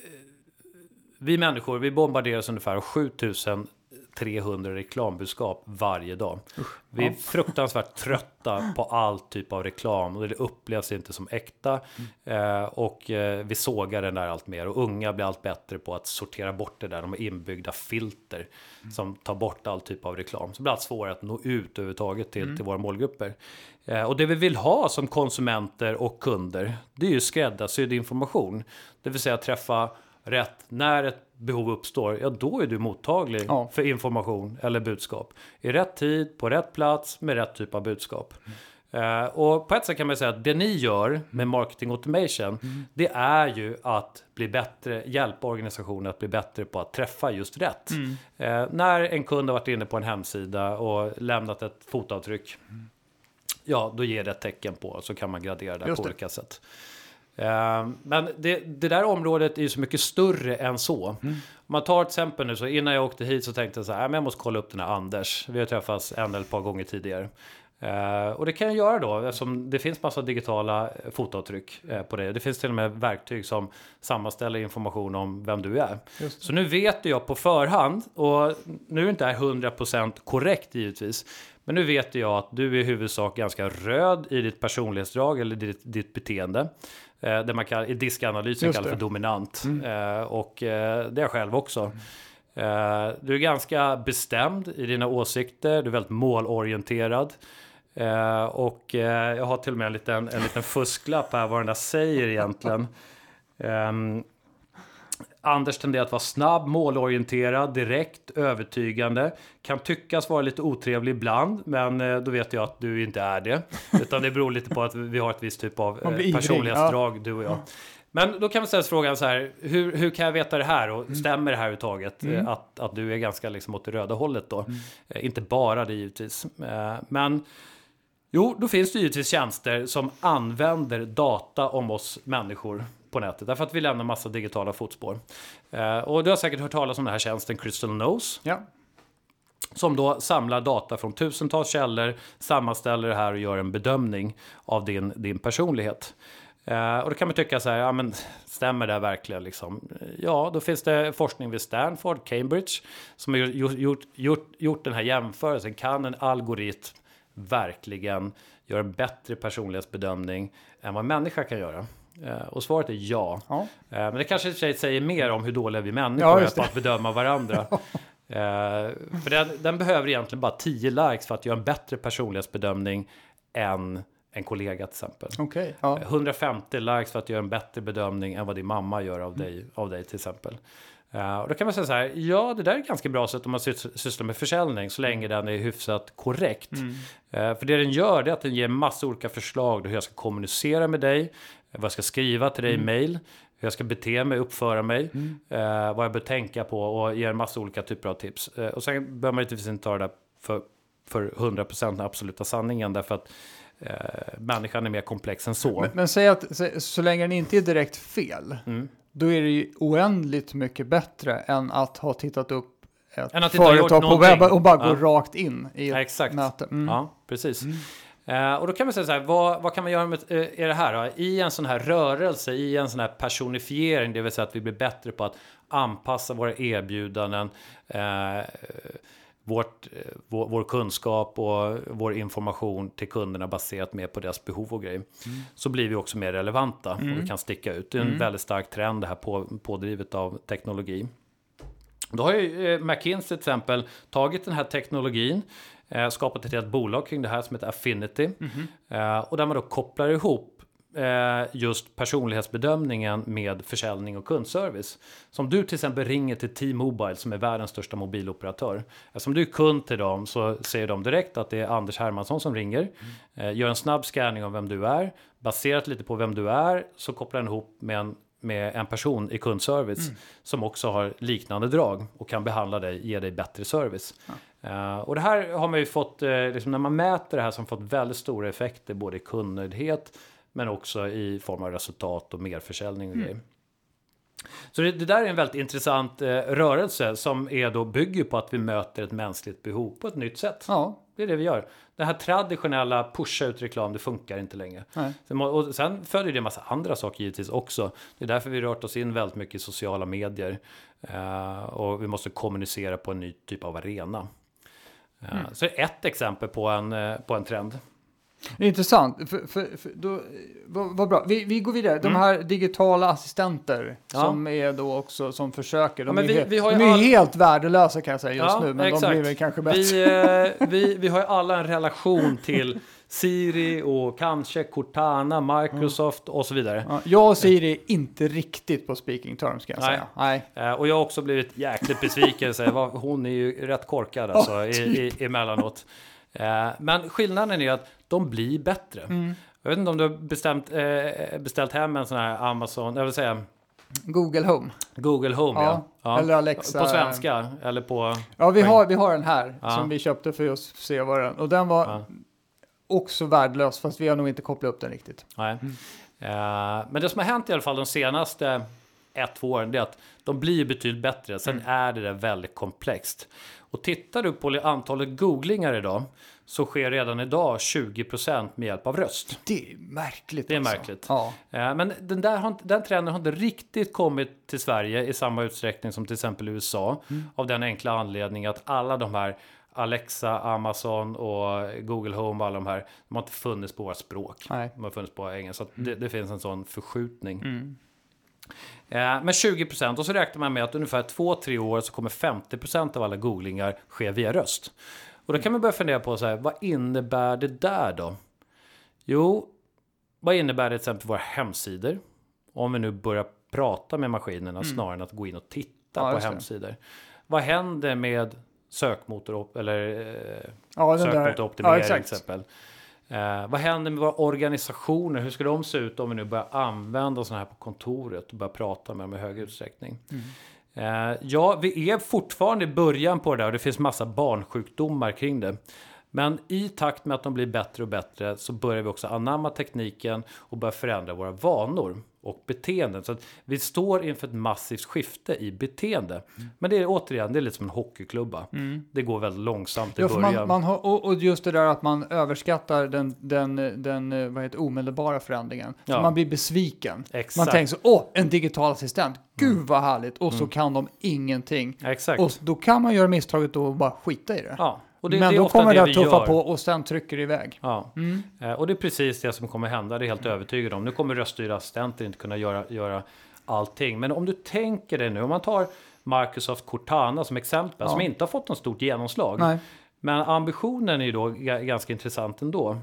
vi människor, vi bombarderas ungefär av sjutusen trehundra reklambudskap varje dag. Usch, vi är ja. fruktansvärt trötta på all typ av reklam och det upplevs inte som äkta mm. eh, och eh, vi sågar den där allt mer och unga blir allt bättre på att sortera bort det där, de har inbyggda filter mm. som tar bort all typ av reklam. Så det blir allt svårare att nå ut överhuvudtaget till, mm. till våra målgrupper. Eh, och det vi vill ha som konsumenter och kunder, det är ju skräddarsydd information. Det vill säga träffa rätt när ett behov uppstår, ja då är du mottaglig ja. För information eller budskap. I rätt tid, på rätt plats, med rätt typ av budskap. Mm. Uh, och på ett sätt kan man säga att det ni gör med marketing automation, mm. det är ju att bli bättre, hjälpa organisationer att bli bättre på att träffa just rätt. Mm. Uh, när en kund har varit inne på en hemsida och lämnat ett fotavtryck, mm. ja då ger det ett tecken på, så kan man gradera det på olika sätt. Uh, men det, det där området är ju så mycket större än så. Mm. Om man tar ett exempel nu, så innan jag åkte hit så tänkte jag så här, men jag måste kolla upp den här Anders. Vi har träffats en eller ett par gånger tidigare. Uh, och det kan jag göra då, eftersom det finns massa digitala fotavtryck uh, på det. Det finns till och med verktyg som sammanställer information om vem du är. Så nu vet jag på förhand, och nu är det inte hundra procent korrekt givetvis, Men nu vet jag att du är i huvudsak ganska röd i ditt personlighetsdrag eller ditt, ditt beteende. Eh, det man kan, i diskanalysen kallar för dominant. Mm. Eh, och eh, det är jag själv också. Mm. Uh, du är ganska bestämd i dina åsikter. Du är väldigt målorienterad. Uh, och uh, jag har till och med en liten, en liten fusklapp här vad den där säger egentligen. Um, Anders tenderar att vara snabb, målorienterad, direkt, övertygande. Kan tyckas vara lite otrevlig ibland, men uh, då vet jag att du inte är det. Utan det beror lite på att vi har ett visst typ av uh, personlighetsdrag, ja. Du och jag. Men då kan man ställa frågan så här, hur, hur kan jag veta det här och stämmer det här överhuvudtaget? Mm. Att, att du är ganska liksom åt det röda hållet då. Mm. Eh, inte bara det givetvis. Eh, men jo, då finns det givetvis tjänster som använder data om oss människor på nätet. Därför att vi lämnar massa digitala fotspår. Eh, och du har säkert hört talas om den här tjänsten Crystal Knows. Ja. Som då samlar data från tusentals källor, sammanställer det här och gör en bedömning av din, din personlighet. Uh, och då kan man tycka så här, ja men stämmer det verkligen liksom? Ja, då finns det forskning vid Stanford, Cambridge som har gjort, gjort, gjort, gjort den här jämförelsen. Kan en algoritm verkligen göra en bättre personlighetsbedömning än vad en människa kan göra? Uh, och svaret är ja. ja. Uh, men det kanske i sig säger mer om hur dåliga vi människor ja, är på att bedöma varandra. uh, för den, den behöver egentligen bara tio likes för att göra en bättre personlighetsbedömning än en kollega till exempel. Okay, ja. hundrafemtio likes för att göra en bättre bedömning än vad din mamma gör av dig, av dig till exempel. Uh, och då kan man säga så här, ja det där är ganska bra sätt om man sysslar med försäljning så länge den är hyfsat korrekt. Mm. Uh, för det den gör det är att den ger massa olika förslag hur jag ska kommunicera med dig, vad jag ska skriva till dig i mm. mail, hur jag ska bete mig, uppföra mig, mm. uh, vad jag bör tänka på och ger en massa olika typer av tips. Uh, och sen bör man inte ta det där för, för hundra procent den absoluta sanningen därför att Uh, människan är mer komplex än så. Men, men säg att så, så länge den inte är direkt fel, mm. då är det ju oändligt mycket bättre än att ha tittat upp ett att företag på webben och bara ja. gå rakt in i ett ja, exakt. möte. Mm. Ja, precis. Mm. Uh, och då kan man säga så här, vad, vad kan man göra med uh, är det här då? I en sån här rörelse, i en sån här personifiering, det vill säga att vi blir bättre på att anpassa våra erbjudanden, uh, Vårt, vår, vår kunskap och vår information till kunderna baserat mer på deras behov och grejer. Mm. Så blir vi också mer relevanta mm. och vi kan sticka ut. Det är en mm. väldigt stark trend det här på, pådrivet av teknologi. Då har ju eh, McKinsey till exempel tagit den här teknologin, eh, skapat ett helt bolag kring det här som heter Affinity. Mm. Eh, och där man då kopplar ihop just personlighetsbedömningen med försäljning och kundservice. Som du till exempel ringer till T-Mobile som är världens största mobiloperatör. Eftersom du är kund till dem så säger de direkt att det är Anders Hermansson som ringer. Mm. Gör en snabb scanning av vem du är. Baserat lite på vem du är så kopplar den ihop med en, med en person i kundservice mm. som också har liknande drag och kan behandla dig, ge dig bättre service. Ja. Uh, och det här har man ju fått, uh, liksom när man mäter det här som fått väldigt stora effekter både i kundnöjdhet men också i form av resultat och merförsäljning och mm. grejer. Så det, det där är en väldigt intressant eh, rörelse som är då bygger på att vi möter ett mänskligt behov på ett nytt sätt. Ja. Det är det vi gör. Den här traditionella pusha ut reklam, det funkar inte längre. Sen, och sen följer det en massa andra saker givetvis också. Det är därför vi rört oss in väldigt mycket i sociala medier. Eh, och vi måste kommunicera på en ny typ av arena. Eh, mm. Så det är ett exempel på en, eh, på en trend. Intressant. För, för, för då, vad, vad bra. Vi, vi går vidare. De här mm. digitala assistenter ja. som är då också som försöker. De ja, är, vi, vi har de är all... helt värdelösa kan jag säga just ja, nu. Men exakt. de blir väl kanske bättre. Vi, eh, vi, vi har ju alla en relation till Siri och kanske Cortana, Microsoft mm. och så vidare. Ja, jag och Siri är inte riktigt på speaking terms kan jag Nej. säga. Nej. Eh, och jag har också blivit jäkligt besviken. Hon är ju rätt korkad alltså, oh, i, i, emellanåt. Eh, men skillnaden är att de blir bättre. Mm. Jag vet inte om du har bestämt, eh, beställt hem en sån här Amazon, jag vill säga Google Home. Google Home, ja. ja. ja. Eller Alexa. På svenska, eller på... Ja, vi har, vi har den här ja. som vi köpte för att se vad den... Och den var ja. också värdelös, fast vi har nog inte kopplat upp den riktigt. Nej. Mm. Uh, men det som har hänt i alla fall de senaste ett, två åren, det är att de blir betydligt bättre. Sen mm. är det där väldigt komplext. Och tittar du på antalet googlingar idag så sker redan idag tjugo procent med hjälp av röst. Det är märkligt. Det är alltså. märkligt. Ja. Men den, där har, den trenden har inte riktigt kommit till Sverige i samma utsträckning som till exempel U S A. Mm. Av den enkla anledningen att alla de här Alexa, Amazon och Google Home och alla de här, de har inte funnits på våra språk. Nej. De har funnits på engelska. Så det, det finns en sån förskjutning. Mm. Eh, men tjugo procent, och så räknar man med att ungefär två tre år så kommer femtio procent av alla googlingar ske via röst. Och då kan man börja fundera på så här, vad innebär det där då? Jo, vad innebär det till exempel våra hemsidor? Om vi nu börjar prata med maskinerna mm. snarare än att gå in och titta ja, på hemsidor. Det. Vad händer med sökmotor eller eh, ja, sökmotoroptimering ja, till exempel? Eh, vad händer med våra organisationer? Hur ska de se ut om vi nu börjar använda sådana här på kontoret och börjar prata med dem i hög utsträckning? Mm. Eh, ja, vi är fortfarande i början på det där och det finns massa barnsjukdomar kring det. Men i takt med att de blir bättre och bättre så börjar vi också anamma tekniken och börja förändra våra vanor och beteenden. Så att vi står inför ett massivt skifte i beteende. Mm. Men det är återigen, det är lite som en hockeyklubba. Mm. Det går väldigt långsamt i ja, början. Man, man har, och, och just det där att man överskattar den, den, den vad heter, omedelbara förändringen. Så ja. Man blir besviken. Exakt. Man tänker så, åh, en digital assistent. Gud mm. vad härligt. Och så mm. kan de ingenting. Exakt. Och då kan man göra misstaget och bara skita i det. Ja. Och det, men det är då ofta kommer det, det att tuffa gör. på och sen trycker det iväg. Ja. Mm. Eh, och det är precis det som kommer hända, det är helt mm. övertygad om. Nu kommer röststyrda assistenter inte kunna göra, göra allting. Men om du tänker dig nu, om man tar Microsoft Cortana som exempel, ja. som inte har fått något stort genomslag. Nej. Men ambitionen är ju då g- ganska intressant ändå.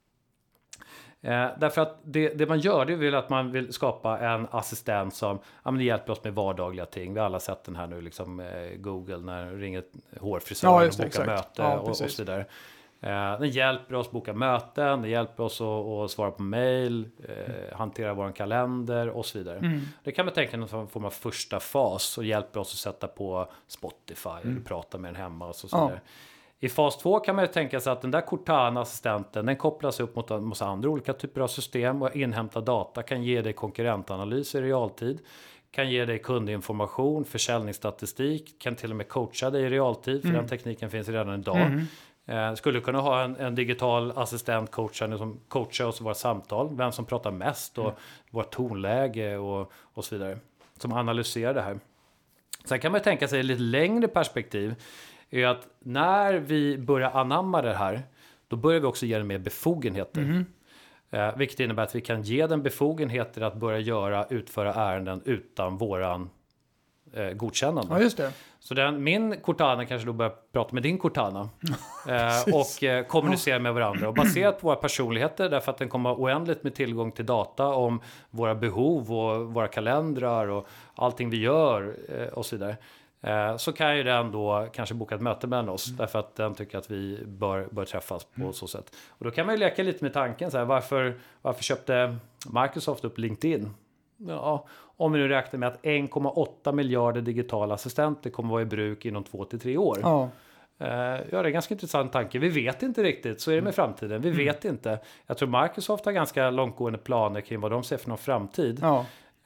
Eh, därför att det, det man gör, det är att man vill skapa en assistent som ja, men det hjälper oss med vardagliga ting. Vi har alla sett den här nu, liksom eh, Google när det ringer hårfrisören ja, och bokar exakt. möte ja, och, och så vidare. Eh, den hjälper oss boka möten, den hjälper oss att, att svara på mejl, eh, mm. hantera vår kalender och så vidare. Mm. Det kan man tänka någon form av första fas och hjälper oss att sätta på Spotify mm. eller prata med den hemma och så, så vidare. Ja. I fas två kan man ju tänka sig att den där Cortana-assistenten den kopplas upp mot en massa andra olika typer av system och inhämta data, kan ge dig konkurrentanalyser i realtid, kan ge dig kundinformation, försäljningsstatistik, kan till och med coacha dig i realtid, för mm. den tekniken finns redan idag. Mm. Eh, skulle kunna ha en, en digital assistent coachande som coachar oss i våra samtal, vem som pratar mest och mm. vårt tonläge och, och så vidare, som analyserar det här. Sen kan man tänka sig i lite längre perspektiv är att när vi börjar anamma det här, då börjar vi också ge den mer befogenheter. Mm. Eh, vilket innebär att vi kan ge den befogenheter att börja göra, utföra ärenden utan våran eh, godkännande. Ja, just det. Så den, min Cortana kanske då börjar prata med din Cortana. eh, och eh, kommunicera med varandra. Och baserat på våra personligheter, därför att den kommer ha oändligt med tillgång till data om våra behov och våra kalendrar och allting vi gör eh, och så vidare. Så kan ju den då kanske boka ett möte med oss mm. därför att den tycker att vi bör, bör träffas på mm. så sätt. Och då kan man ju leka lite med tanken så här, varför, varför köpte Microsoft upp LinkedIn? Ja, om vi nu räknar med att en komma åtta miljarder digitala assistenter kommer vara i bruk inom två till tre år. Ja. Ja, det är en ganska intressant tanke. Vi vet inte riktigt, så är det med framtiden. Vi mm. vet inte. Jag tror Microsoft har ganska långtgående planer kring vad de ser för någon framtid. Ja.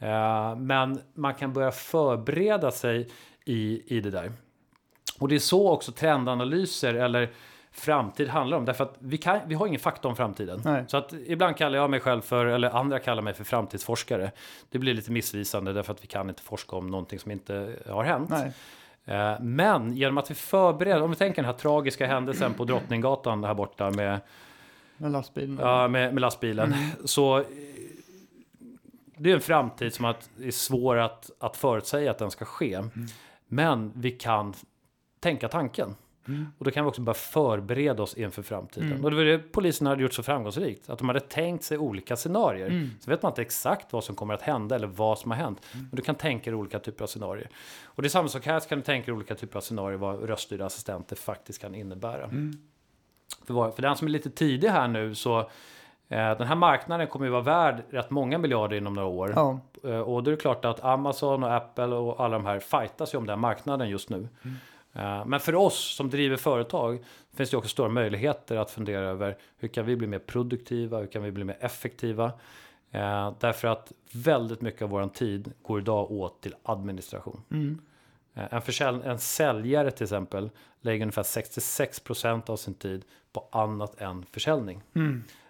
Men man kan börja förbereda sig I, i det där. Och det är så också trendanalyser eller framtid handlar om. Därför att vi, kan, vi har ingen fakta om framtiden. Nej. Så att ibland kallar jag mig själv för, eller andra kallar mig för framtidsforskare. Det blir lite missvisande därför att vi kan inte forska om någonting som inte har hänt. Nej. Men genom att vi förbereder, om vi tänker den här tragiska händelsen på Drottninggatan här borta med, med lastbilen. Ja, med, med lastbilen. Mm. Så det är en framtid som att, är svår att, att förutsäga att den ska ske. Mm. Men vi kan tänka tanken. Mm. Och då kan vi också bara förbereda oss inför framtiden. Mm. Och det var det polisen hade gjort så framgångsrikt. Att de hade tänkt sig olika scenarier. Mm. Så vet man inte exakt vad som kommer att hända eller vad som har hänt. Mm. Men du kan tänka dig olika typer av scenarier. Och det är samma sak här, så kan du tänka dig olika typer av scenarier vad röststyrda assistenter faktiskt kan innebära. Mm. För, för den som är lite tidig här nu så den här marknaden kommer ju vara värd rätt många miljarder inom några år. Ja. Och då är det klart att Amazon och Apple och alla de här fightas ju om den marknaden just nu. Mm. Men för oss som driver företag finns det också stora möjligheter att fundera över hur kan vi bli mer produktiva, hur kan vi bli mer effektiva. Därför att väldigt mycket av vår tid går idag åt till administration. Mm. En, försäl- en säljare till exempel lägger ungefär sextiosex procent av sin tid på annat än försäljning. Mm.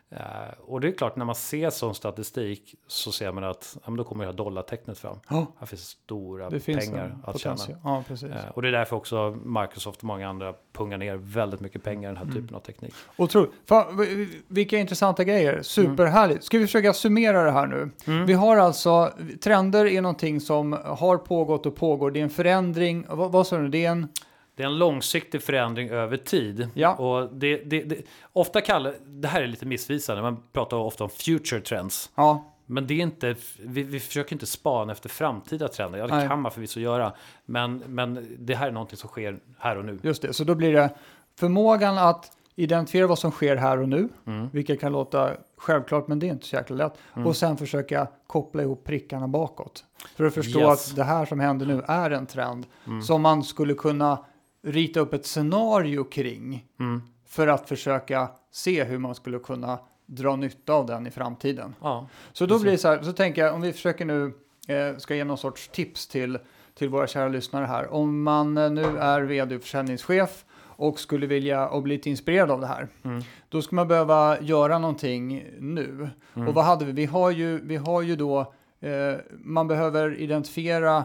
Uh, och det är klart, när man ser sån statistik så ser man att ja, men då kommer det här dollartecknet fram. Ja. Här finns stora det finns pengar att potential. tjäna. Ja, precis. Uh, och det är därför också Microsoft och många andra pungar ner väldigt mycket pengar i den här Mm. typen av teknik. Otroligt. Fan, vilka intressanta grejer. Superhärligt. Ska vi försöka summera det här nu? Mm. Vi har alltså, trender är någonting som har pågått och pågår. Det är en förändring. Vad, vad sa du? Det är en... Det är en långsiktig förändring över tid. Ja. Och det, det, det, ofta kallar, det här är lite missvisande, man pratar ofta om future trends. Ja. Men det är inte, vi, vi försöker inte spana efter framtida trender. Ja, det Nej. kan man förvisso göra. Men, men det här är någonting som sker här och nu. Just det, så då blir det förmågan att identifiera vad som sker här och nu. Mm. Vilket kan låta självklart, men det är inte så jäkla lätt. Mm. Och sen försöka koppla ihop prickarna bakåt. För att förstå Yes. att det här som händer nu är en trend. Mm. Som man skulle kunna rita upp ett scenario kring. Mm. För att försöka se hur man skulle kunna dra nytta av den i framtiden. Ja, Så då blir det så här, så tänker jag, om vi försöker nu, eh, ska ge någon sorts tips till, till våra kära lyssnare här. Om man eh, nu är vd och försäljningschef och skulle vilja och bli lite inspirerad av det här. Mm. Då ska man behöva göra någonting nu. Mm. Och vad hade vi? Vi har ju, vi har ju då, eh, man behöver identifiera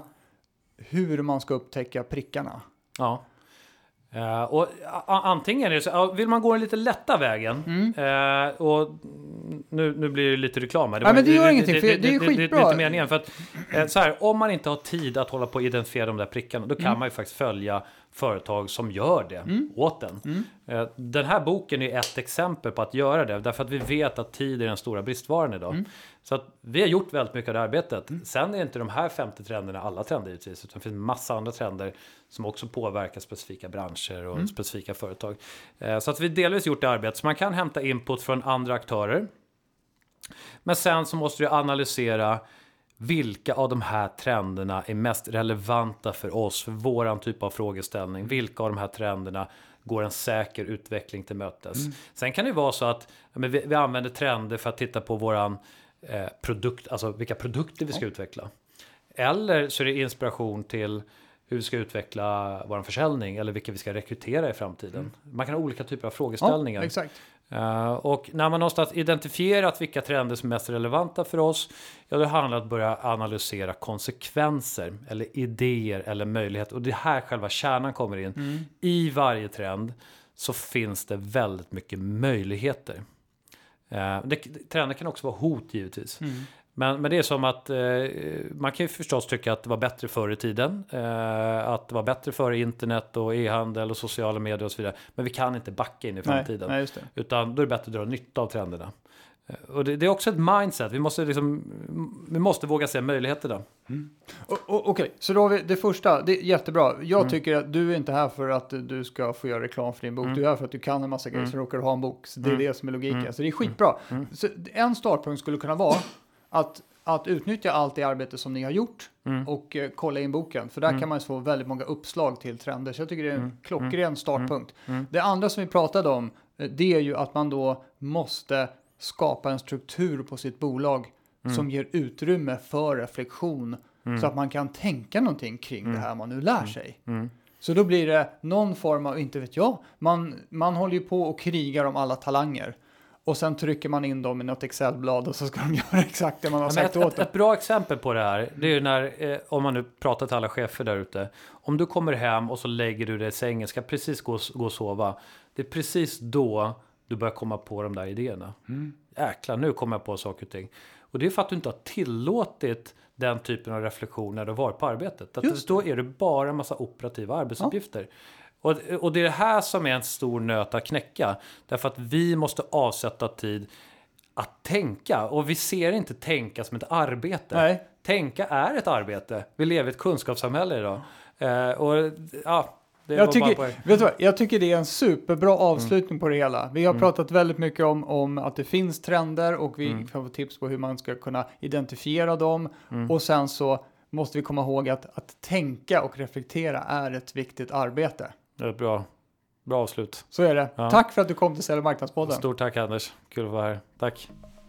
hur man ska upptäcka prickarna. ja. Uh, och a- antingen är det så, uh, vill man gå den lite lätta vägen Mm. uh, och nu, nu blir det lite reklam här. Nej, men det gör ingenting, för det är skitbra. Det, det är inte meningen, för att uh, så här, om man inte har tid att hålla på att identifiera de där prickarna, då kan Mm. man ju faktiskt följa företag som gör det Mm. åt den. Mm. Uh, den här boken är ett exempel på att göra det, därför att vi vet att tid är den stora bristvaran idag. Mm. Så att vi har gjort väldigt mycket av det arbetet. Mm. Sen är inte de här femtio trenderna alla trender givetvis, utan det finns massa andra trender som också påverkar specifika branscher och Mm. specifika företag. Eh, Så att vi delvis gjort det arbetet. Så man kan hämta input från andra aktörer. Men sen så måste du analysera vilka av de här trenderna är mest relevanta för oss, för våran typ av frågeställning. Vilka av de här trenderna går en säker utveckling till mötes. Mm. Sen kan det vara så att ja, men vi, vi använder trender för att titta på våran eh, produkt, alltså vilka produkter vi ska Ja. utveckla. Eller så är det inspiration till hur vi ska utveckla vår försäljning eller vilka vi ska rekrytera i framtiden. Mm. Man kan ha olika typer av frågeställningar. Ja, exakt. Uh, och när man någonstans identifierat vilka trender som är mest relevanta för oss, ja, då handlar det om att börja analysera konsekvenser eller idéer eller möjligheter. Och det här själva kärnan kommer in. Mm. I varje trend så finns det väldigt mycket möjligheter. Uh, det, trender kan också vara hot givetvis. Mm. Men, men det är som att eh, man kan ju förstås tycka att det var bättre förr i tiden. Eh, att det var bättre före internet och e-handel och sociala medier och så vidare. Men vi kan inte backa in i framtiden. Nej, nej, just det. Utan då är det bättre att dra nytta av trenderna. Eh, och det, det är också ett mindset. Vi måste, liksom, vi måste våga se möjligheterna. Mm. O- o- Okej, okay. Så då har vi det första. Det är jättebra. Jag Mm. tycker att du är inte här för att du ska få göra reklam för din bok. Mm. Du är här för att du kan en massa grejer. Mm. Så råkar du ha en bok. Så det är Mm. det som är logiken. Mm. Så det är skitbra. Mm. Så en startpunkt skulle kunna vara att, att utnyttja allt det arbete som ni har gjort Mm. och eh, kolla in boken. För där Mm. kan man få väldigt många uppslag till trender. Så jag tycker det är en Mm. klockren startpunkt. Mm. Det andra som vi pratade om, eh, det är ju att man då måste skapa en struktur på sitt bolag Mm. som ger utrymme för reflektion. Mm. Så att man kan tänka någonting kring Mm. det här man nu lär sig. Mm. Så då blir det någon form av, inte vet jag, man, man håller ju på och krigar om alla talanger. Och sen trycker man in dem i något Excel-blad och så ska de göra exakt det man har Ja, men sagt ett, åt ett, dem. ett bra exempel på det här, det är ju när, eh, om man nu pratar till alla chefer där ute. Om du kommer hem och så lägger du dig i sängen, ska precis gå, gå och sova. Det är precis då du börjar komma på de där idéerna. Mm. Jäklar, nu kommer jag på saker och ting. Och det är för att du inte har tillåtit den typen av reflektion när du var på arbetet. Att Just då är det bara en massa operativa arbetsuppgifter. Och, och det är det här som är en stor nöt att knäcka. Därför att vi måste avsätta tid att tänka. Och vi ser inte tänka som ett arbete. Nej. Tänka är ett arbete. Vi lever i ett kunskapssamhälle idag. Eh, och ja... Det Jag var tycker, bara vet du vad, jag tycker det är en superbra avslutning mm. på det hela. Vi har Mm. pratat väldigt mycket om, om att det finns trender och vi Mm. kan få tips på hur man ska kunna identifiera dem. Mm. Och sen så måste vi komma ihåg att, att tänka och reflektera är ett viktigt arbete. Det är ett bra, bra avslut. Så är det. Ja. Tack för att du kom till Sälj och marknadspodden. Stort tack Anders. Kul att vara här. Tack.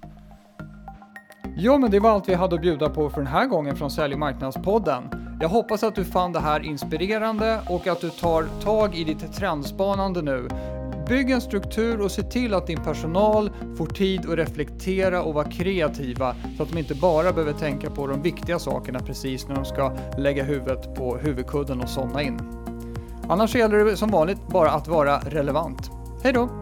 Ja, men det var allt vi hade att bjuda på för den här gången från Sälj och marknadspodden. Jag hoppas att du fann det här inspirerande och att du tar tag i ditt trendspanande nu. Bygg en struktur och se till att din personal får tid att reflektera och vara kreativa så att de inte bara behöver tänka på de viktiga sakerna precis när de ska lägga huvudet på huvudkudden och somna in. Annars gäller det som vanligt bara att vara relevant. Hej då!